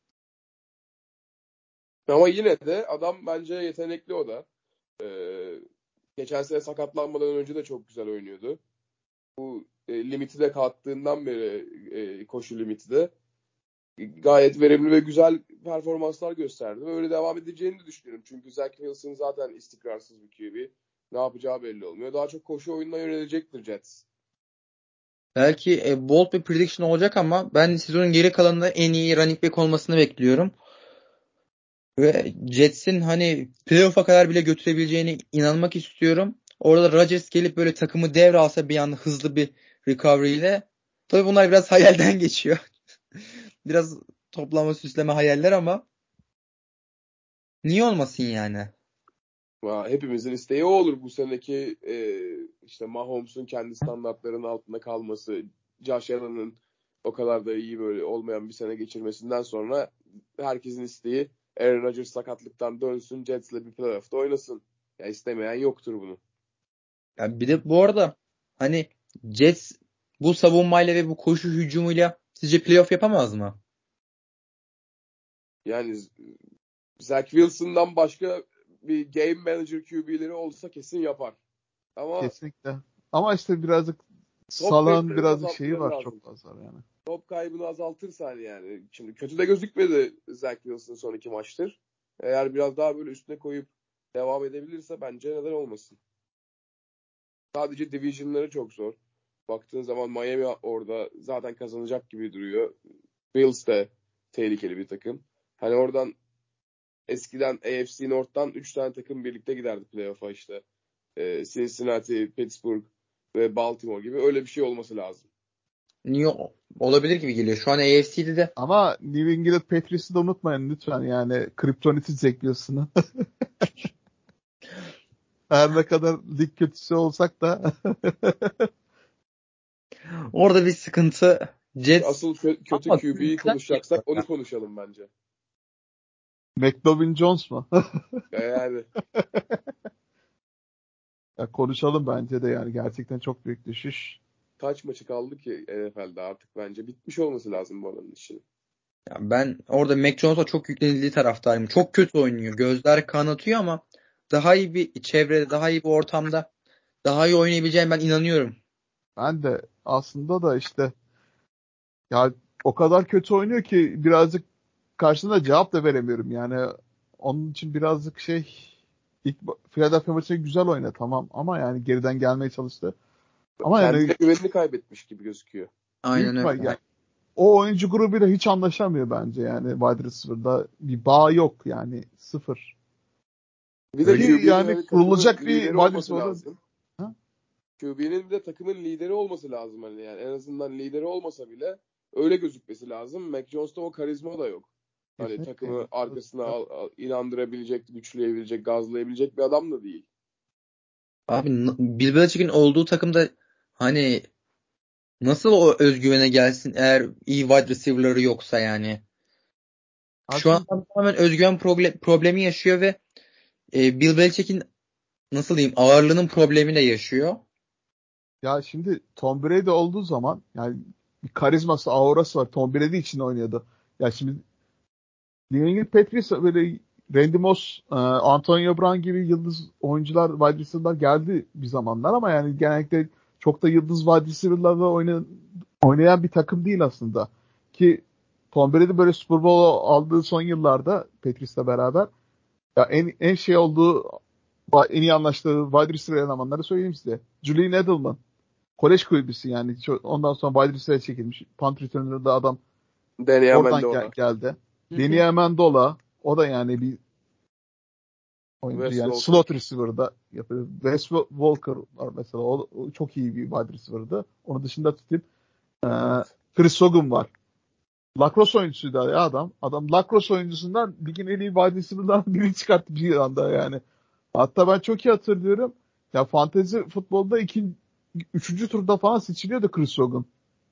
Ama yine de adam bence yetenekli o da. Geçen sene sakatlanmadan önce de çok güzel oynuyordu. Bu limiti de kalktığından beri koşu limiti de gayet verimli ve güzel performanslar gösterdi. Ve öyle devam edeceğini de düşünüyorum. Çünkü Zach Wilson zaten istikrarsız bir QB. Ne yapacağı belli olmuyor. Daha çok koşu oyununa yönelecektir Jets. Belki bold bir prediction olacak ama ben sezonun geri kalanında en iyi running back olmasını bekliyorum. Ve Jets'in hani playoff'a kadar bile götürebileceğine inanmak istiyorum. Orada Rodgers gelip böyle takımı devralsa bir anda hızlı bir recovery ile. Tabii bunlar biraz hayalden geçiyor. Biraz toplama süsleme hayaller ama niye olmasın yani? Hepimizin isteği o olur. Bu seneki işte Mahomes'un kendi standartlarının altında kalması, Josh Allen'ın o kadar da iyi böyle olmayan bir sene geçirmesinden sonra herkesin isteği Aaron Rodgers sakatlıktan dönsün, Jets'le bir playoff'ta oynasın. Ya istemeyen yoktur bunu. Yani bir de bu arada hani Jets bu savunmayla ve bu koşu hücumuyla sizce playoff yapamaz mı? Yani Zach Wilson'dan başka bir game manager QB'leri olsa kesin yapar. Ama Kesinlikle. Ama işte birazcık top Salah'ın kayıplarını birazcık şeyi azaltmaları var. Çok lazım. fazla yani. Top kaybını azaltırsan yani. Şimdi kötü de gözükmedi Zach Wilson son 2 maçtır. Eğer biraz daha böyle üstüne koyup devam edebilirse bence neden olmasın. Sadece division'ları çok zor. Baktığın zaman Miami orada zaten kazanacak gibi duruyor. Bills de tehlikeli bir takım. Hani oradan eskiden AFC North'tan 3 tane takım birlikte giderdi playoff'a işte. Cincinnati, Pittsburgh ve Baltimore gibi, öyle bir şey olması lazım. Niye olabilir gibi geliyor. Şu an AFC'de de Ama New England Patriots'ı da unutmayın lütfen yani. Kriptoniti zekliyorsun. Her ne kadar lig kötüsü olsak da orada bir sıkıntı. Jets Asıl kötü ama QB'yi güzel konuşacaksak geliyor. onu konuşalım bence. McLovin Jones mu? Yani Ya konuşalım bence de yani gerçekten çok büyük düşüş. kaç maçı kaldı ki NFL'de, artık bence bitmiş olması lazım bu adamın işi. Ya ben orada Mac Jones'a çok yüklenildiği taraftarıyım. Çok kötü oynuyor. Gözler kanatıyor ama daha iyi bir çevrede, daha iyi bir ortamda daha iyi oynayabileceğine ben inanıyorum. Ben de aslında da işte ya o kadar kötü oynuyor ki birazcık karşısında cevap da veremiyorum. Yani onun için birazcık ilk Philadelphia maçı güzel oynadı tamam ama yani geriden gelmeye çalıştı. Ama Kendine yani güvenini kaybetmiş gibi gözüküyor. büyük Aynen ihtimal öyle. yani o oyuncu grubuyla hiç anlaşamıyor bence yani wide receiver'da bir bağ yok yani sıfır. Bir de Öyle Ki QB'nin yani hani takımın kurulacak bir lideri wide olması receiver'da lazım. ha? QB'nin bir de takımın lideri olması lazım hani, yani en azından lideri olmasa bile öyle gözükmesi lazım. Mac Jones'ta o karizma da yok. Hani Kesinlikle. takımı arkasına inandırabilecek, güçleyebilecek, gazlayabilecek bir adam da değil. Abi Bill Belichick'in olduğu takımda hani nasıl o özgüvene gelsin eğer iyi wide receiver'ları yoksa yani. Şu an Abi, tamamen özgüven problemi yaşıyor ve Bill Belichick'in nasıl diyeyim ağırlığının problemini de yaşıyor. ya şimdi Tom Brady olduğu zaman yani bir karizması, aurası var. Tom Brady için oynuyordu. Ya şimdi New England Patriots böyle Randy Moss, Antonio Brown gibi yıldız oyuncular, wide receiver'lar geldi bir zamanlar ama yani genellikle çok da yıldız wide receiver'larla oynayan bir takım değil aslında. Ki Tom Brady böyle Super Bowl aldığı son yıllarda Patriots'la beraber ya en şey olduğu en iyi anlaştığı wide receiver elemanları söyleyeyim size. Julian Edelman. Kolej kulübüsü yani. Ondan sonra wide receiver'e çekilmiş. Punt returner'da adam Danny oradan Amendola. geldi. Hı Danny hı. Amendola o da yani bir oyuncu Wes yani Welker. slot receiver'da yapıyor. Wes Walker var mesela. O çok iyi bir wide receiver'dı. Onu dışında tutayım. Ee, Evet. Chris Hogan var. Lacrosse oyuncusuydu ya adam. Adam lacrosse oyuncusundan ligin en iyi wide receiver'dan birini çıkarttı bir anda yani. Hatta ben çok iyi hatırlıyorum. Ya fantezi futbolda üçüncü turda falan seçiliyordu Chris Hogan.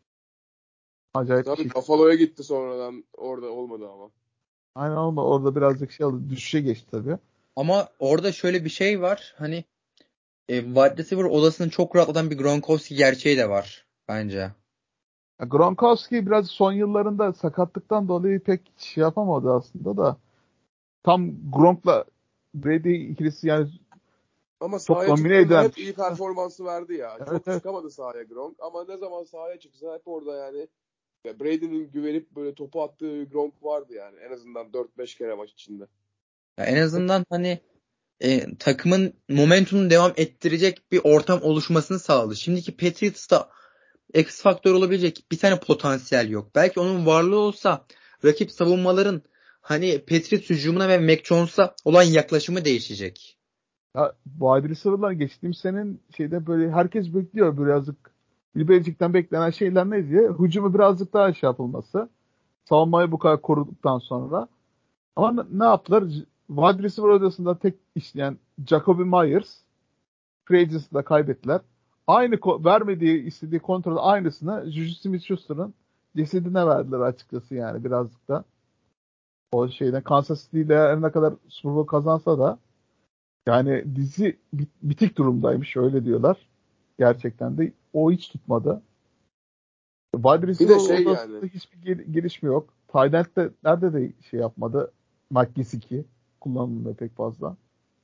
Acayip bir Tabii şey. Buffalo'ya gitti sonradan. Orada olmadı ama. Aynen ama orada birazcık şey oldu. Düşüşe geçti tabii. Ama orada şöyle bir şey var. Hani wide receiver odasını çok rahatlatan bir Gronkowski gerçeği de var bence. Ya Gronkowski biraz son yıllarında sakatlıktan dolayı pek şey yapamadı aslında da. Tam Gronk'la Brady ikilisi yani Ama çok sahaya domine çıktığında eden. hep iyi performansı verdi ya. Evet, Çok evet. çıkamadı sahaya Gronk ama ne zaman sahaya çıksa hep orada yani. Ya Brady'nin güvenip böyle topu attığı Gronk vardı yani. En azından 4-5 kere maç içinde. Ya en azından hani takımın momentumunu devam ettirecek bir ortam oluşmasını sağladı. Şimdiki Patriots'ta X faktör olabilecek bir tane potansiyel yok. Belki onun varlığı olsa rakip savunmaların hani Patriots hücumuna ve Mac Jones'a olan yaklaşımı değişecek. Ya wide receiver'lar geçtiğim senin şeyde böyle herkes bekliyor birazcık. Bill Belichick'ten beklenen şeyler ne diye? Hücumu birazcık daha şey yapılması. Savunmayı bu kadar koruduktan sonra. Ama ne yaptılar? Wide receiver odasında tek işleyen Jacoby Myers, free agency'da kaybettiler. Aynı vermediği, istediği kontrol aynısını Juju Smith-Schuster'ın cesedine verdiler açıkçası yani birazcık da. O şeyden Kansas City ile her ne kadar Super Bowl kazansa da yani dizi bitik durumdaymış öyle diyorlar. Gerçekten de o hiç tutmadı. Wide Bir receiver de şey yani. odasında hiçbir gelişme yok. Tight end'de nerede de şey yapmadı. Mike Gesicki kullanılmıyor pek fazla.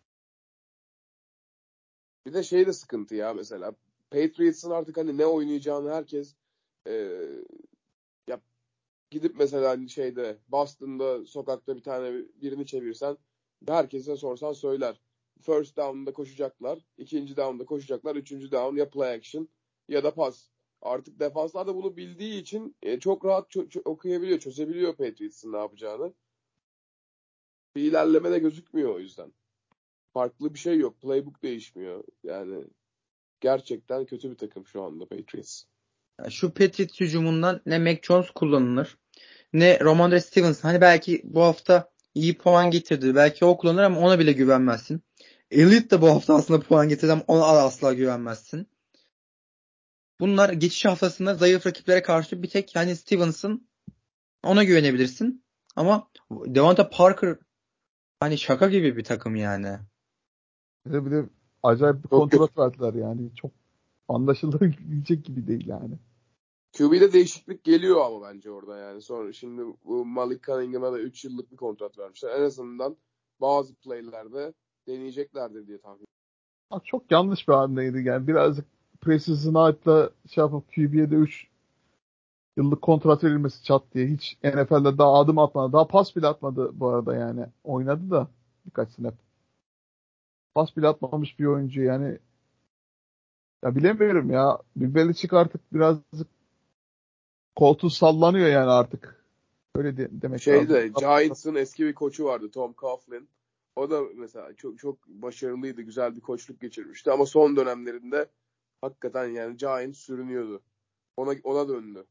Bir de şey de sıkıntı ya mesela. Patriots'ın artık hani ne oynayacağını herkes e, ya gidip mesela hani şeyde Boston'da sokakta bir tane birini çevirsen herkese sorsan söyler. First down'da koşacaklar. İkinci down'da koşacaklar. Üçüncü down ya play action ya da pas. Artık defanslar da bunu bildiği için çok rahat okuyabiliyor, çözebiliyor Patriots'ın ne yapacağını. Bir ilerleme de gözükmüyor o yüzden. Farklı bir şey yok. Playbook değişmiyor. Yani gerçekten kötü bir takım şu anda Patriots. Yani şu Patriots hücumundan ne Mac Jones kullanılır ne Ramondre Stevenson. Hani belki bu hafta iyi puan getirdi. Belki o kullanır ama ona bile güvenmezsin. Elliott de bu hafta aslında puan getirdi ama ona asla güvenmezsin. Bunlar geçiş haftasında zayıf rakiplere karşı bir tek yani Stevenson ona güvenebilirsin. Ama Devonta Parker hani şaka gibi bir takım yani. Bir de acayip bir Çok kötü. kontrat verdiler yani. Çok anlaşılabilecek gibi değil yani. QB'de değişiklik geliyor ama bence orada yani. Sonra şimdi bu Malik Cunningham'a da 3 yıllık bir kontrat vermişler. En azından bazı play'lerde deneyeceklerdir diye tahmin ediyorum. Bak, çok yanlış bir hamleydi yani. Birazcık Precision Knight'la şey yapıp QB'ye de 3 yıllık kontrat verilmesi çat diye. Hiç NFL'de daha adım atmadı. Daha pas bile atmadı bu arada yani. Oynadı da birkaç snap. Pas bile atmamış bir oyuncu yani. Ya bilemiyorum ya. Bill Belichick artık birazcık koltuğu sallanıyor yani artık. Öyle demek lazım. Şeyde Giants'ın eski bir koçu vardı Tom Coughlin. O da mesela çok çok başarılıydı. Güzel bir koçluk geçirmişti ama son dönemlerinde hakikaten yani Giants sürünüyordu. Ona döndü.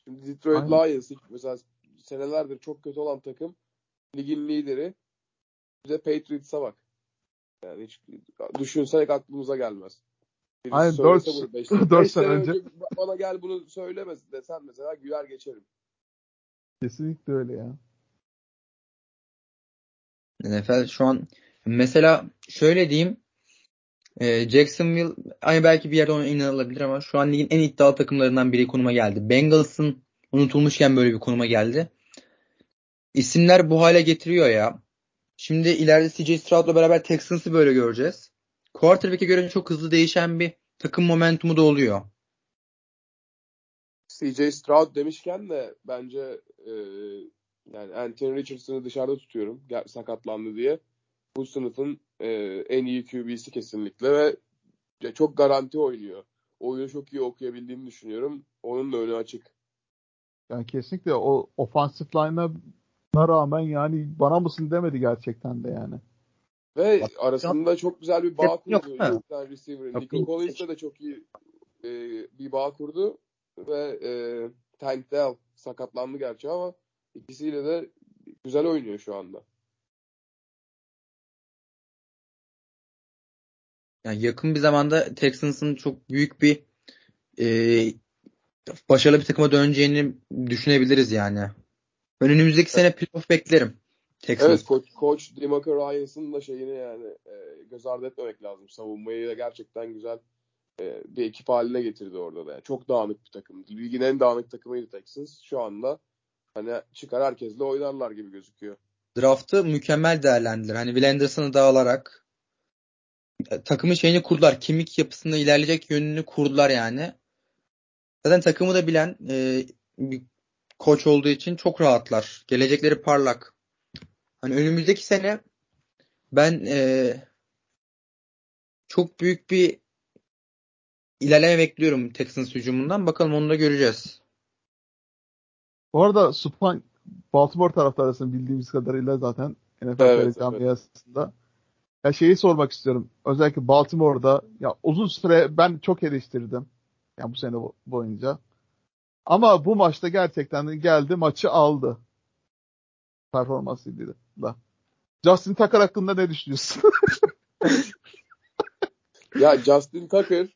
Şimdi Detroit Aynen. Lions mesela senelerdir çok kötü olan takım, ligin lideri. Bir de Patriots'a bak. Yani hiç düşünsek aklımıza gelmez. Birisi Aynen söylese bunu 5 4 sene sene önce. önce bana gel bunu söylemez desen mesela güler geçerim. Kesinlikle öyle ya. NFL şu an mesela şöyle diyeyim, Jacksonville hani belki bir yerde ona inanılabilir ama şu an ligin en iddialı takımlarından biri konuma geldi. Bengals'ın unutulmuşken böyle bir konuma geldi. İsimler bu hale getiriyor ya. Şimdi ileride CJ Stroud'la beraber Texans'ı böyle göreceğiz. Quarterback'e göre çok hızlı değişen bir takım momentumu da oluyor. CJ Stroud demişken de bence yani Anthony Richardson'ı dışarıda tutuyorum. Sakatlandı diye. Bu sınıfın en iyi QB'si kesinlikle ve çok garanti oynuyor. Oyunu çok iyi okuyabildiğini düşünüyorum. Onun da önü açık. Yani kesinlikle o offensive line'a rağmen yani bana mısın demedi gerçekten de yani. Ve arasında çok güzel bir bağ Yok kurdu. mu? İki tane receiver'ın. Yok, Nico Collins'le de çok iyi bir bağ kurdu. Ve Tank Dell sakatlandı gerçi ama ikisiyle de güzel oynuyor şu anda. Yani yakın bir zamanda Texans'ın çok büyük bir e, başarılı bir takıma döneceğini düşünebiliriz yani. Ben önümüzdeki sene playoff beklerim Evet, Texans. koç DeMarco Ryans'ın da şeyini yani göz ardı etmemek lazım. Savunmayı da gerçekten güzel bir ekip haline getirdi orada da. Yani çok dağınık bir takım. Ligin en dağınık takımıydı Texans. Şu anda hani çıkar herkesle oynarlar gibi gözüküyor. Draft'ı mükemmel değerlendiler. Hani Will Anderson'ı da alarak takımın şeyini kurdular. Kimlik yapısında ilerleyecek yönünü kurdular yani. Zaten takımı da bilen bir koç olduğu için çok rahatlar. Gelecekleri parlak. Hani önümüzdeki sene ben çok büyük bir ilerleme bekliyorum Texans hücumundan. Bakalım onu da göreceğiz. Bu arada Baltimore taraftarısın bildiğimiz kadarıyla zaten NFL Evet, evet. camiasında. Ya şeyi sormak istiyorum. Özellikle Baltimore'da ya uzun süre ben çok eleştirdim. Ya bu sene boyunca. Ama bu maçta gerçekten de geldi maçı aldı. Performansıyla. Justin Tucker hakkında ne düşünüyorsun? Ya Justin Tucker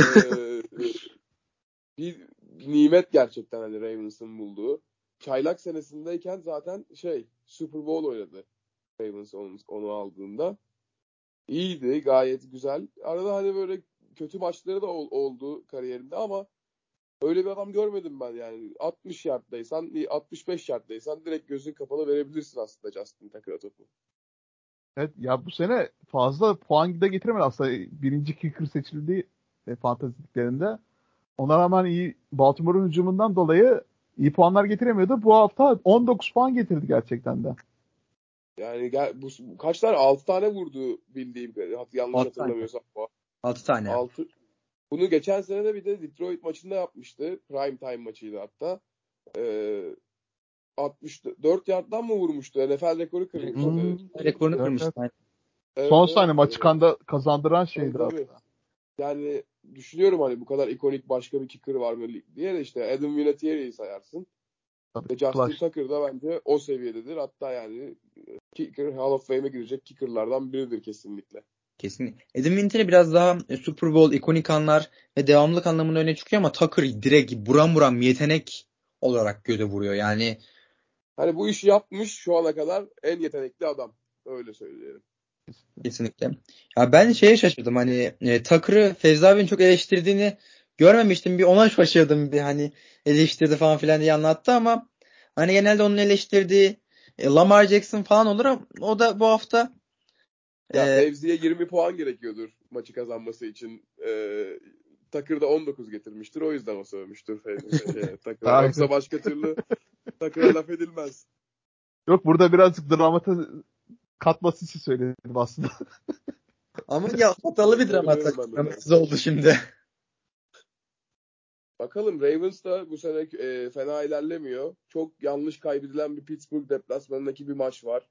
bir nimet gerçekten hani Ravens'ın bulduğu. Çaylak senesindeyken zaten Super Bowl oynadı Ravens onu aldığında. İyiydi, gayet güzel. Arada hani böyle kötü maçları da oldu kariyerinde ama öyle bir adam görmedim ben yani. 60 yardtaysan, 65 yardtaysan direkt gözün kapalı verebilirsin aslında Justin Tucker'a topu. Evet, ya bu sene fazla puan da getirmedi aslında. Birinci kicker seçildi fantastiklerinde. Ona rağmen iyi Baltimore'un hücumundan dolayı iyi puanlar getiremiyordu. Bu hafta 19 puan getirdi gerçekten de. Yani bu kaç tane? 6 tane vurdu bildiğim kadarıyla. Yanlış 6 tane. hatırlamıyorsam. 6 tane. 6. Bunu geçen sene de bir de Detroit maçında yapmıştı. Prime time maçıydı hatta. Ee, 64 yardtan mı vurmuştu? NFL rekoru Rekorunu Evet, kırmıştı. evet. Yani Son Evet, evet. saniye maçı kazandıran Tabii, şeydi tabii. hatta. Yani düşünüyorum hani bu kadar ikonik başka bir kicker var mı diye de işte Adam Vinatieri'yi sayarsın. Tabii, Ve Justin Clutch. Tucker da bence o seviyededir. Hatta yani kicker Hall of Fame'e girecek kickerlardan biridir kesinlikle. kesinlikle. Adam Vinatieri biraz daha Super Bowl, ikonik anlar ve devamlılık anlamında öne çıkıyor ama Tucker direkt buram buram yetenek olarak göze vuruyor. Yani Hani bu işi yapmış şu ana kadar en yetenekli adam. Öyle söyleyelim. kesinlikle. Ya ben şeye şaşırdım, hani Tucker'ı Fevzi abinin çok eleştirdiğini görmemiştim. Bir ona şaşırdım, bir hani eleştirdi falan filan diye anlattı ama hani genelde onun eleştirdiği Lamar Jackson falan olur ama o da bu hafta Ya e, Fevzi'ye 20 puan gerekiyordur maçı kazanması için. Tucker da 19 getirmiştir. O yüzden o sövmüştür Tucker'a. Aynen. Yoksa başka türlü Tucker'a laf edilmez. Yok, burada birazcık dramata katması için söyledim aslında. ama ya hatalı bir Seviniyorum ben de tabii. dramatik oldu şimdi. Bakalım Ravens da bu sene fena ilerlemiyor. Çok yanlış kaybedilen bir Pittsburgh deplasmanındaki bir maç var.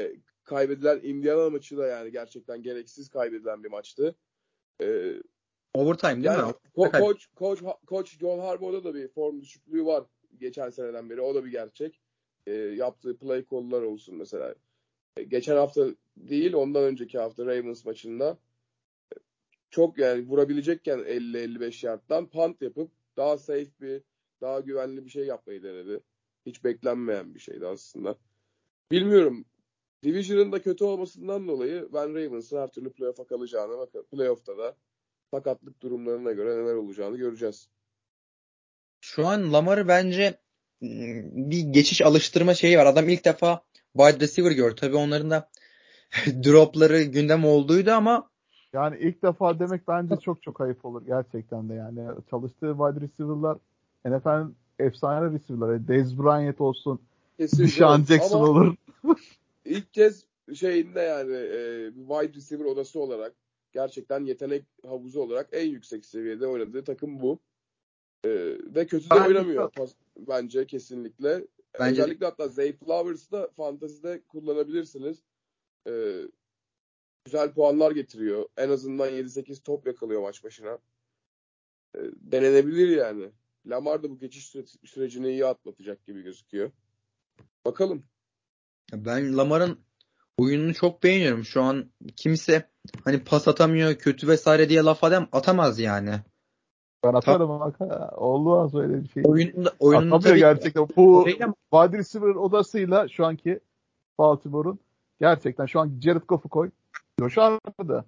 Kaybedilen Indiana maçı da yani gerçekten gereksiz kaybedilen bir maçtı. E, Overtime değil Yani mi? Overtime. koç John Harbaugh'da da bir form düşüklüğü var geçen seneden beri. O da bir gerçek. Yaptığı play call'lar olsun mesela. Geçen hafta değil, ondan önceki hafta Ravens maçında çok yani vurabilecekken 50-55 yardtan punt yapıp daha safe daha güvenli bir şey yapmayı denedi. Hiç beklenmeyen bir şeydi aslında. Bilmiyorum. Division'ın da kötü olmasından dolayı ben Ravens'ın her türlü playoff'a kalacağını, playoff'ta da sakatlık durumlarına göre neler olacağını göreceğiz. Şu an Lamar'ı bence bir geçiş alıştırma şeyi var. Adam ilk defa wide receiver gördü. Tabii onların da dropları gündem olduydu ama Yani ilk defa demek bence çok çok ayıp olur gerçekten de yani. Çalıştığı wide receiver'lar NFL'in efsane receiver'ları. Dez Bryant olsun, Kesin Deshaun canım. Jackson Ama olur. ilk kez şeyinde yani wide receiver odası olarak gerçekten yetenek havuzu olarak en yüksek seviyede oynadığı takım bu. Ve kötü de ben oynamıyor bence kesinlikle. bence Özellikle hatta Zay Flowers'ı da fantezide kullanabilirsiniz. Ee, Güzel puanlar getiriyor. En azından 7-8 top yakalıyor maç başına. Denenebilir yani. Lamar da bu geçiş sürecini iyi atlatacak gibi gözüküyor. Bakalım. ben Lamar'ın oyununu çok beğeniyorum. Şu an kimse hani pas atamıyor, kötü vesaire diye laf atamaz yani. Ben Tam atarım ama olmaz öyle bir şey. oyunun Atamıyor tabii gerçekten. Bu orayla wide receiver odasıyla şu anki Baltimore'un gerçekten şu an Jared Goff'u koy. Josh Allen'ı.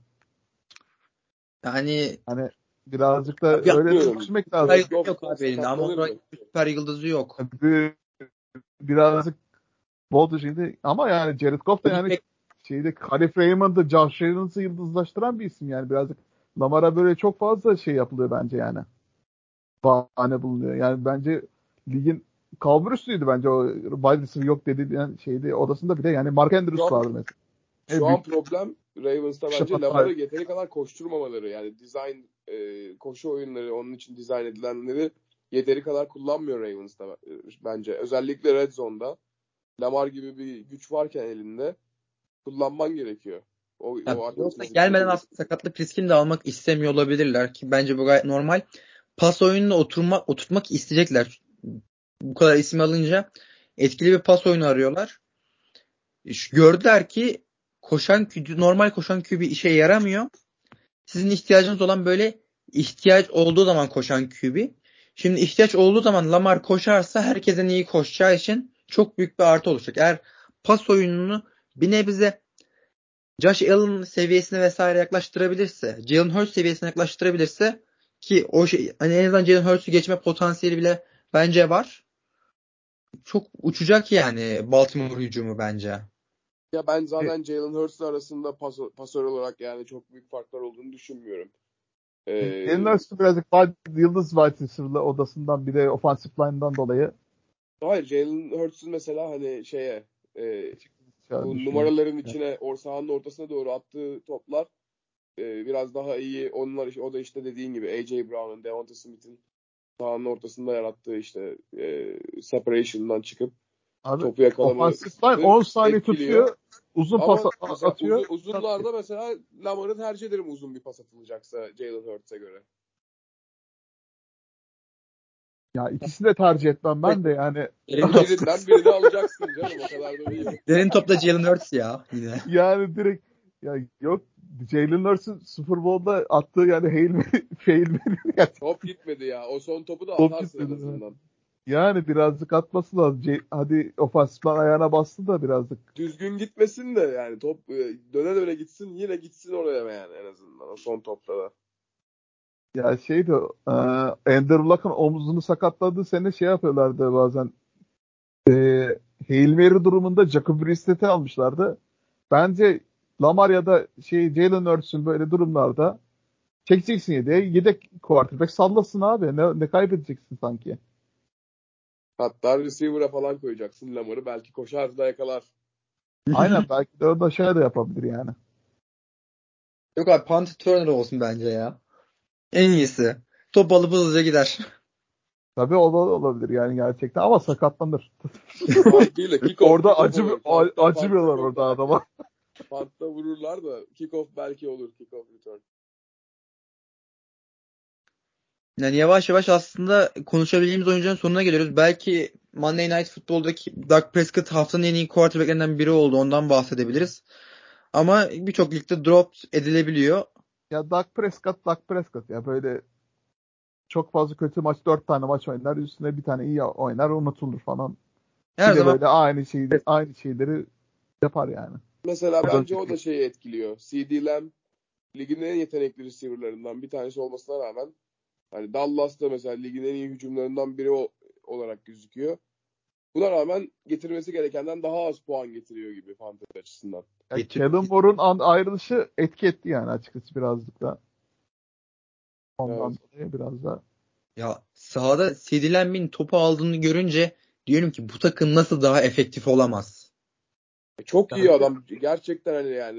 yani Hani birazcık da abi öyle de Bilmiyorum. düşünmek süper lazım. Jared yıldızı Goff yok abi elinde. Ama sakatlanır orada mı? süper yıldızı yok. Bir, birazcık Bolton şimdi ama yani Jared Goff da yani şeyde Kalif Raymond'ı, Josh Allen'ı yıldızlaştıran bir isim yani birazcık Lamar'a böyle çok fazla şey yapılıyor bence yani. Bahane bulunuyor. Yani bence ligin kalburüstüydü bence o wide receiver yok dediği şeydi odasında bile yani Mark Şu Andrews an, vardı mesela. şu an Büyük problem Ravens'ta bence şapatar. Lamar'ı yeteri kadar koşturmamaları. Yani koşu oyunları onun için dizayn edilenleri yeteri kadar kullanmıyor Ravens'ta bence. Özellikle Red Zone'da Lamar gibi bir güç varken elinde kullanman gerekiyor. Ya, O playoff'a atletizmle. gelmeden aslında sakatlık riskini de almak istemiyor olabilirler ki bence bu gayet normal. Pas oyununa oturtmak isteyecekler. Bu kadar isim alınca etkili bir pas oyunu arıyorlar. Gördüler ki normal koşan QB işe yaramıyor. Sizin ihtiyacınız olan böyle ihtiyaç olduğu zaman koşan QB. Şimdi ihtiyaç olduğu zaman Lamar koşarsa herkesten iyi koşacağı için çok büyük bir artı olacak. Eğer pas oyununu bir nebze Josh Allen seviyesine vesaire yaklaştırabilirse, Jalen Hurts seviyesine yaklaştırabilirse ki o şey hani en azından Jalen Hurts'u geçme potansiyeli bile bence var. Çok uçacak yani Baltimore hücumu bence. Ya ben E, zaten Jalen Hurts'la arasında pasör olarak yani çok büyük farklar olduğunu düşünmüyorum. Jalen Hurts'u birazcık yıldız wide receiver odasından bir de offensive line'dan dolayı Hayır, Jalen Hurts'un mesela hani bu düşünüyorum. numaraların içine sahanın ortasına doğru attığı toplar biraz daha iyi. O da işte dediğin gibi A.J. Brown'un, Devonta Smith'in sahanın ortasında yarattığı işte separation'dan çıkıp Abi topu yakalamayı offensive line 10 saniye etkiliyor. tutuyor. Uzun pas Ama mesela atıyor. uzunlarda mesela Lamar'ı tercih ederim uzun bir pas atılacaksa Jalen Hurts'e göre. Ya ikisini de tercih etmem ben de yani. Derin top. Birinden birini alacaksın canım, o kadar da değil. Derin topla Jalen Hurts ya yine. Yani direkt ya yok Jalen Hurts'ın Super Bowl'da attığı yani Hail Mary, fail Mary yani Top gitmedi ya. O son topu da top atarsın en gitmedi. azından. Yani birazcık atması lazım. Hadi ofansifman ayağına bastı da birazcık. Düzgün gitmesin de yani top döne döne gitsin, yine gitsin oraya yani en azından o son topta da. Ya şeydi Andrew Luck'ın omzunu sakatladığı sene şey yapıyorlardı bazen. E, Hail Mary durumunda Jacob Brissett'i almışlardı. Bence Lamar ya da Jalen Hurts'un böyle durumlarda çekeceksin yedek quarterback sallasın abi. Ne kaybedeceksin sanki? Hatta receiver'a falan koyacaksın Lamar'ı, belki koşar da yakalar. Aynen belki de orada şey de yapabilir yani. Yok abi punt Turner olsun bence ya. En iyisi. Top alıp hızlıca gider. Tabii o da olabilir yani gerçekten ama sakatlanır. Punt değil de Orada kickoff olur. Punt'ta acımıyorlar çok orada daha adama. Punt'ta vururlar da kickoff belki olur. Kickoff return. Yani yavaş yavaş aslında konuşabileceğimiz oyuncuların sonuna geliyoruz. Belki Monday Night Football'daki Dak Prescott haftanın en iyi quarterbacklerinden biri oldu. Ondan bahsedebiliriz. Ama birçok ligde drop edilebiliyor. Ya Dak Prescott ya böyle çok fazla kötü maç, 4 tane maç oynar, üstüne bir tane iyi oynar, unutulur falan. Her Yine zaman böyle aynı şeyleri yapar yani. Mesela Sezon bence o da çıkıyor. şeyi etkiliyor. CD Lamb ligin en yetenekli receiver'larından bir tanesi olmasına rağmen hani Dallas'ta mesela ligin en iyi hücumlarından biri olarak gözüküyor. Buna rağmen getirmesi gerekenden daha az puan getiriyor gibi fantezi açısından. Ya getiriyor. Kellen Moore'un ayrılışı etki etti yani açıkçası birazcık da. Evet. Ondan dolayı biraz da. Ya sahada CeeDee Lamb'in topu aldığını görünce diyorum ki bu takım nasıl daha efektif olamaz? Çok iyi Yani adam. Gerçekten hani yani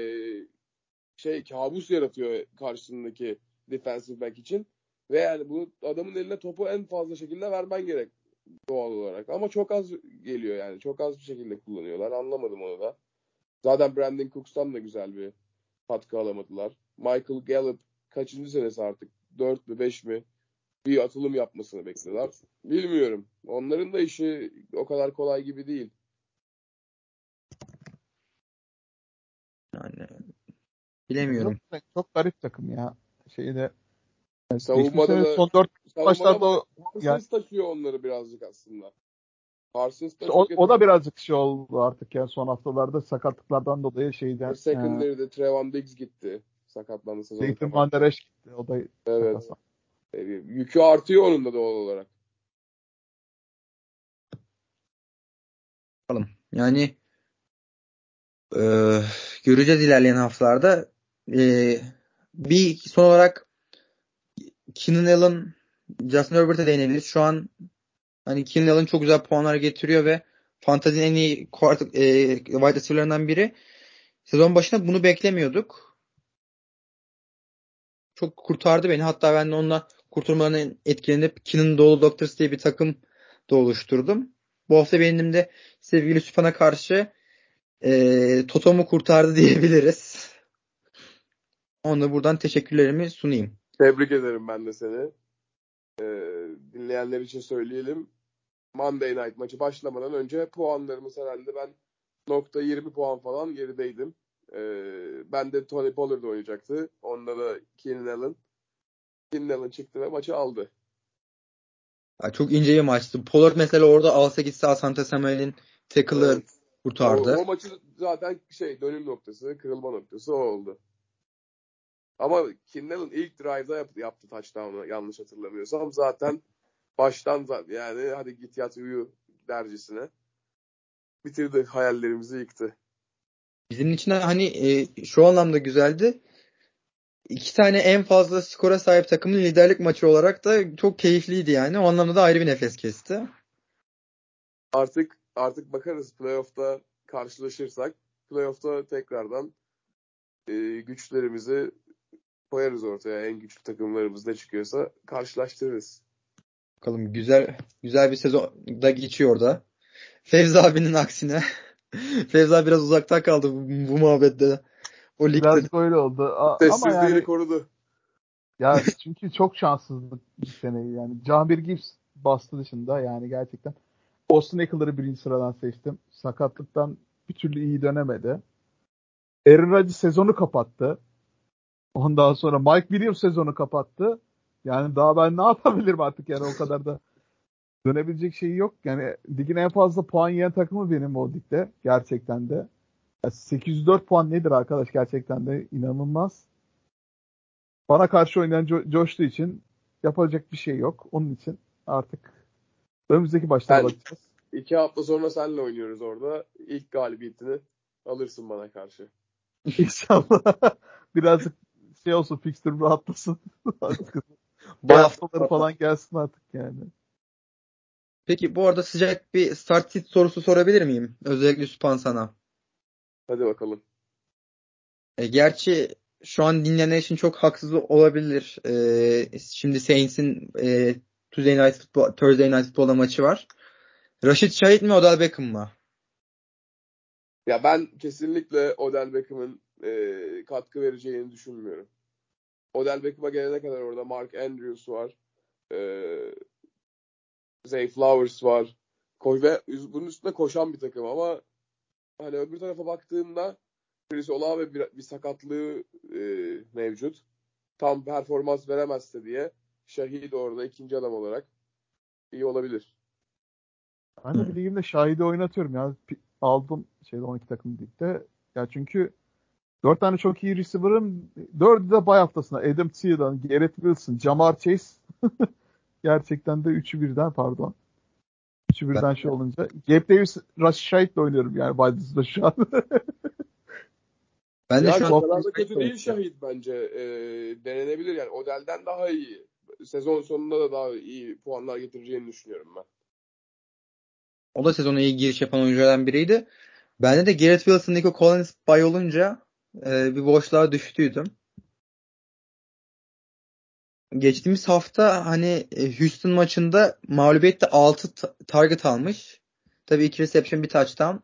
kabus yaratıyor karşısındaki defensive back için. Ve yani bu adamın eline topu en fazla şekilde vermen gerek doğal olarak. Ama çok az geliyor yani. Çok az bir şekilde kullanıyorlar. Anlamadım onu da. Zaten Brandon Cooks'tan da güzel bir katkı alamadılar. Michael Gallup kaçıncı senesi artık? 4 mü 5 mi? Bir atılım yapmasını bekliyorlar. Bilmiyorum. Onların da işi o kadar kolay gibi değil. Yani yok, bilemiyorum. çok garip takım ya. Şeyde geçmiş Savunmada sene da son 4 savunmada maçlarda ama yani Parsons taşıyor onları birazcık aslında. Parsons da işte çok o da yetenekli. birazcık şey oldu artık ya son haftalarda sakatlıklardan dolayı Secondary'de Trevon Diggs gitti. Sakatlandı sezonu Leighton Van Der kapattı. Esch gitti. O da Evet. sakatlandı. Yükü artıyor onun da doğal olarak. Bakalım. Yani eee, göreceğiz ilerleyen haftalarda. Bir son olarak Keenan Allen, Justin Herbert'e değinebiliriz. Şu an hani Keenan Allen çok güzel puanlar getiriyor ve fantezinin en iyi wide receiver'larından biri. Sezon başında bunu beklemiyorduk. Çok kurtardı beni. Hatta ben de onunla kurtulmalarının etkilenip Keenan Dolu Doctors diye bir takım da oluşturdum. Bu hafta benim de sevgili Süphan'a karşı Totom'u kurtardı diyebiliriz. Ona buradan teşekkürlerimi sunayım. Tebrik ederim ben de seni. Dinleyenler için söyleyelim. Monday Night maçı başlamadan önce puanlarımız herhalde ben .20 puan falan gerideydim. Ben de Tony Pollard oynayacaktı. Onda da Keenan Allen. Keenan Allen çıktı ve maçı aldı. Ya çok ince bir maçtı. Pollard mesela orada alsa gitse Asante Samuel'in tackle'ı Evet. kurtardı. O maçı zaten dönüm noktası, kırılma noktası o oldu. Ama Keenan ilk drive'da yaptı touchdown'ı yanlış hatırlamıyorsam. Zaten baştan yani hadi git yat uyu dercesine bitirdi, hayallerimizi yıktı. Bizim için de hani şu anlamda güzeldi. İki tane en fazla skora sahip takımın liderlik maçı olarak da çok keyifliydi yani. O anlamda da ayrı bir nefes kesti. Artık bakarız playoff'ta karşılaşırsak. Playoff'ta tekrardan güçlerimizi koyarız ortaya. En güçlü takımlarımız ne çıkıyorsa karşılaştırırız. Bakalım güzel bir sezon da geçiyor orada. Fevzi abinin aksine. Fevzi abi biraz uzakta kaldı bu muhabbette. O ligde. Birazcık öyle oldu. Ama Sessizliğini yani korudu. ya çünkü çok şanssızlık bir seneyi yani. Jahmir Gibbs bastı dışında yani gerçekten. Austin Eckler'ı birinci sıradan seçtim. Sakatlıktan bir türlü iyi dönemedi. Aaron Rodgers sezonu kapattı. Ondan sonra Mike Williams sezonu kapattı. Yani daha ben ne yapabilirim artık yani o kadar da dönebilecek şeyi yok. Yani ligin en fazla puan yiyen takımı benim o ligde. Gerçekten de. Ya 804 puan nedir arkadaş gerçekten de inanılmaz. Bana karşı oynayan coştuğu için yapacak bir şey yok. Onun için artık önümüzdeki başlara Ben bakacağız. 2 hafta sonra seninle oynuyoruz orada. İlk galibiyetini alırsın bana karşı. İnşallah birazcık şey olsun, fixture rahatlasın. Artık Bu bay hafta. haftaları falan gelsin artık yani. Peki bu arada sıcak bir start sit sorusu sorabilir miyim? Özellikle Süphan sana. Hadi bakalım. Gerçi şu an dinleyenler için çok haksız olabilir. Şimdi Saints'in Thursday Night Football'da maçı var. Rashid Şahit mi Odell Beckham mı? Ya ben kesinlikle Odell Beckham'ın katkı vereceğini düşünmüyorum. Odell Beckham'a gelene kadar orada Mark Andrews var. Zay Flowers var. Ve bunun üstünde koşan bir takım ama hani öbür tarafa baktığımda Chris Olave bir sakatlığı mevcut. Tam performans veremezse diye Şahid orada ikinci adam olarak iyi olabilir. Ben de bir ligimde Şahid'i oynatıyorum ya. Aldım 12 takım ligde. Ya çünkü 4 tane çok iyi receiver'ım. 4'ü de bay haftasında. Adam Thielen, Garrett Wilson, Jamar Chase. Gerçekten de 3'ü birden pardon. 3'ü birden şey olunca. Gabe Davis, Rashid Shaheed'le oynuyorum yani Bayezid'de şu an. Ben de Ya şu o an kadar da kötü değil Şahid bence. Denenebilir yani. Odell'den daha iyi. Sezon sonunda da daha iyi puanlar getireceğini düşünüyorum ben. o da sezona iyi giriş yapan oyunculardan biriydi. Bende de Garrett Wilson, Nico Collins bay olunca bir boşluğa düştüydüm. Geçtiğimiz hafta hani Houston maçında mağlubiyette 6 target almış. Tabii 2 reception bir touchdown.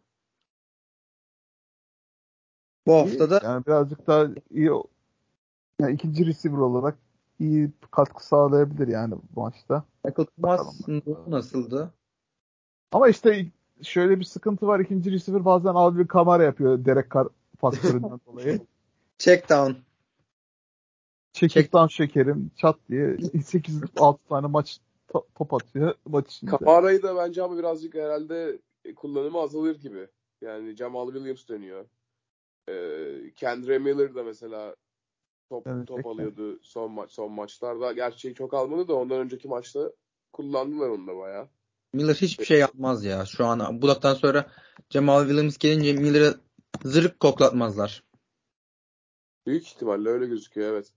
Bu İyi. hafta da Yani birazcık daha iyi yani ikinci receiver olarak iyi katkı sağlayabilir yani bu maçta. Michael Bakalım. Thomas'ın durumu nasıldı? Ama işte şöyle bir sıkıntı var. İkinci receiver bazen Alvin Kamara yapıyor Derek Carr faktöründen dolayı. Check down. Check. Çekirdeğim şekerim çat diye 8-6 tane top atıyor maç içinde. Kamara'yı da bence ama birazcık herhalde kullanımı azalır gibi. Yani Jamal Williams dönüyor. Kendre Miller da mesela Evet, top alıyordu son maçlarda. Gerçi çok almadı da ondan önceki maçta kullandılar onu da bayağı. Miller hiçbir şey yapmaz ya. Şu an bu dakikadan sonra Jamal Williams gelince Miller'ı zırh koklatmazlar. Büyük ihtimalle öyle gözüküyor, evet.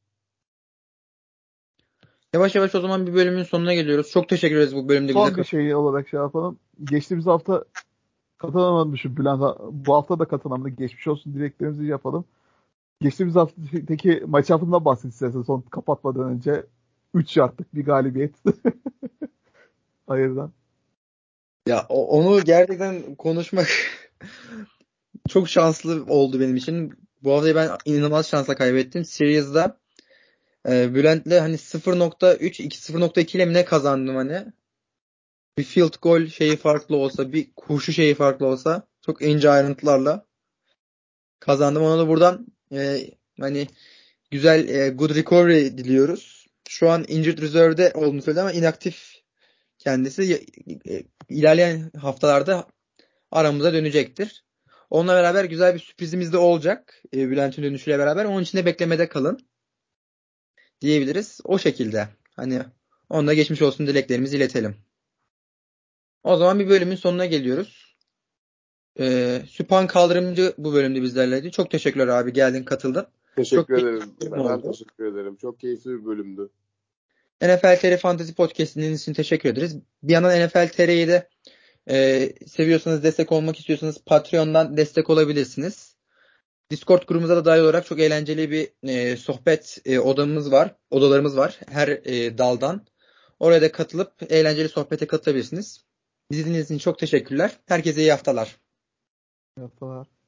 Yavaş yavaş o zaman bir bölümün sonuna geliyoruz. Çok teşekkür ederiz bu bölümde bize Son bir şey olarak şey yapalım. Geçtiğimiz hafta katılamamışım Bülent. Bu hafta da katılamadı. Geçmiş olsun dileklerimizi yapalım. Geçtiğimiz haftaki maç haftasından bahset istersen son kapatmadan önce. 3 yartlık bir galibiyet. Hayırdan. Ya onu gerçekten konuşmak çok şanslı oldu benim için. Bu haftayı ben inanılmaz şansla kaybettim. Series'da Bülent'le hani 0.3 0.2 ile mi ne kazandım hani. Bir field goal şeyi farklı olsa, bir koşu şeyi farklı olsa çok ince ayrıntılarla kazandım. Ona da buradan hani güzel good recovery diliyoruz. Şu an injured reserve'de olduğunu söyledi ama inaktif kendisi. İlerleyen haftalarda aramıza dönecektir. Onunla beraber güzel bir sürprizimiz de olacak. Bülent'in dönüşüyle beraber. Onun için de beklemede kalın diyebiliriz. O şekilde. Hani onunla geçmiş olsun dileklerimizi iletelim. O zaman bir bölümün sonuna geliyoruz. Süphan Kaldırımcı bu bölümde bizlerleydi. Çok teşekkürler abi geldin katıldın. Teşekkür Çok ederim. keyifli Ben oldu. teşekkür ederim. Çok keyifli bir bölümdü. NFL TR Fantasy Podcast'inin için teşekkür ederiz. Bir yandan NFL TR'yi de seviyorsanız, destek olmak istiyorsanız Patreon'dan destek olabilirsiniz. Discord grubumuza da dahil olarak çok eğlenceli bir sohbet odalarımız var her daldan. Oraya da katılıp eğlenceli sohbete katılabilirsiniz. Bizi dinlediğiniz için çok teşekkürler. Herkese iyi haftalar. Yaptılar.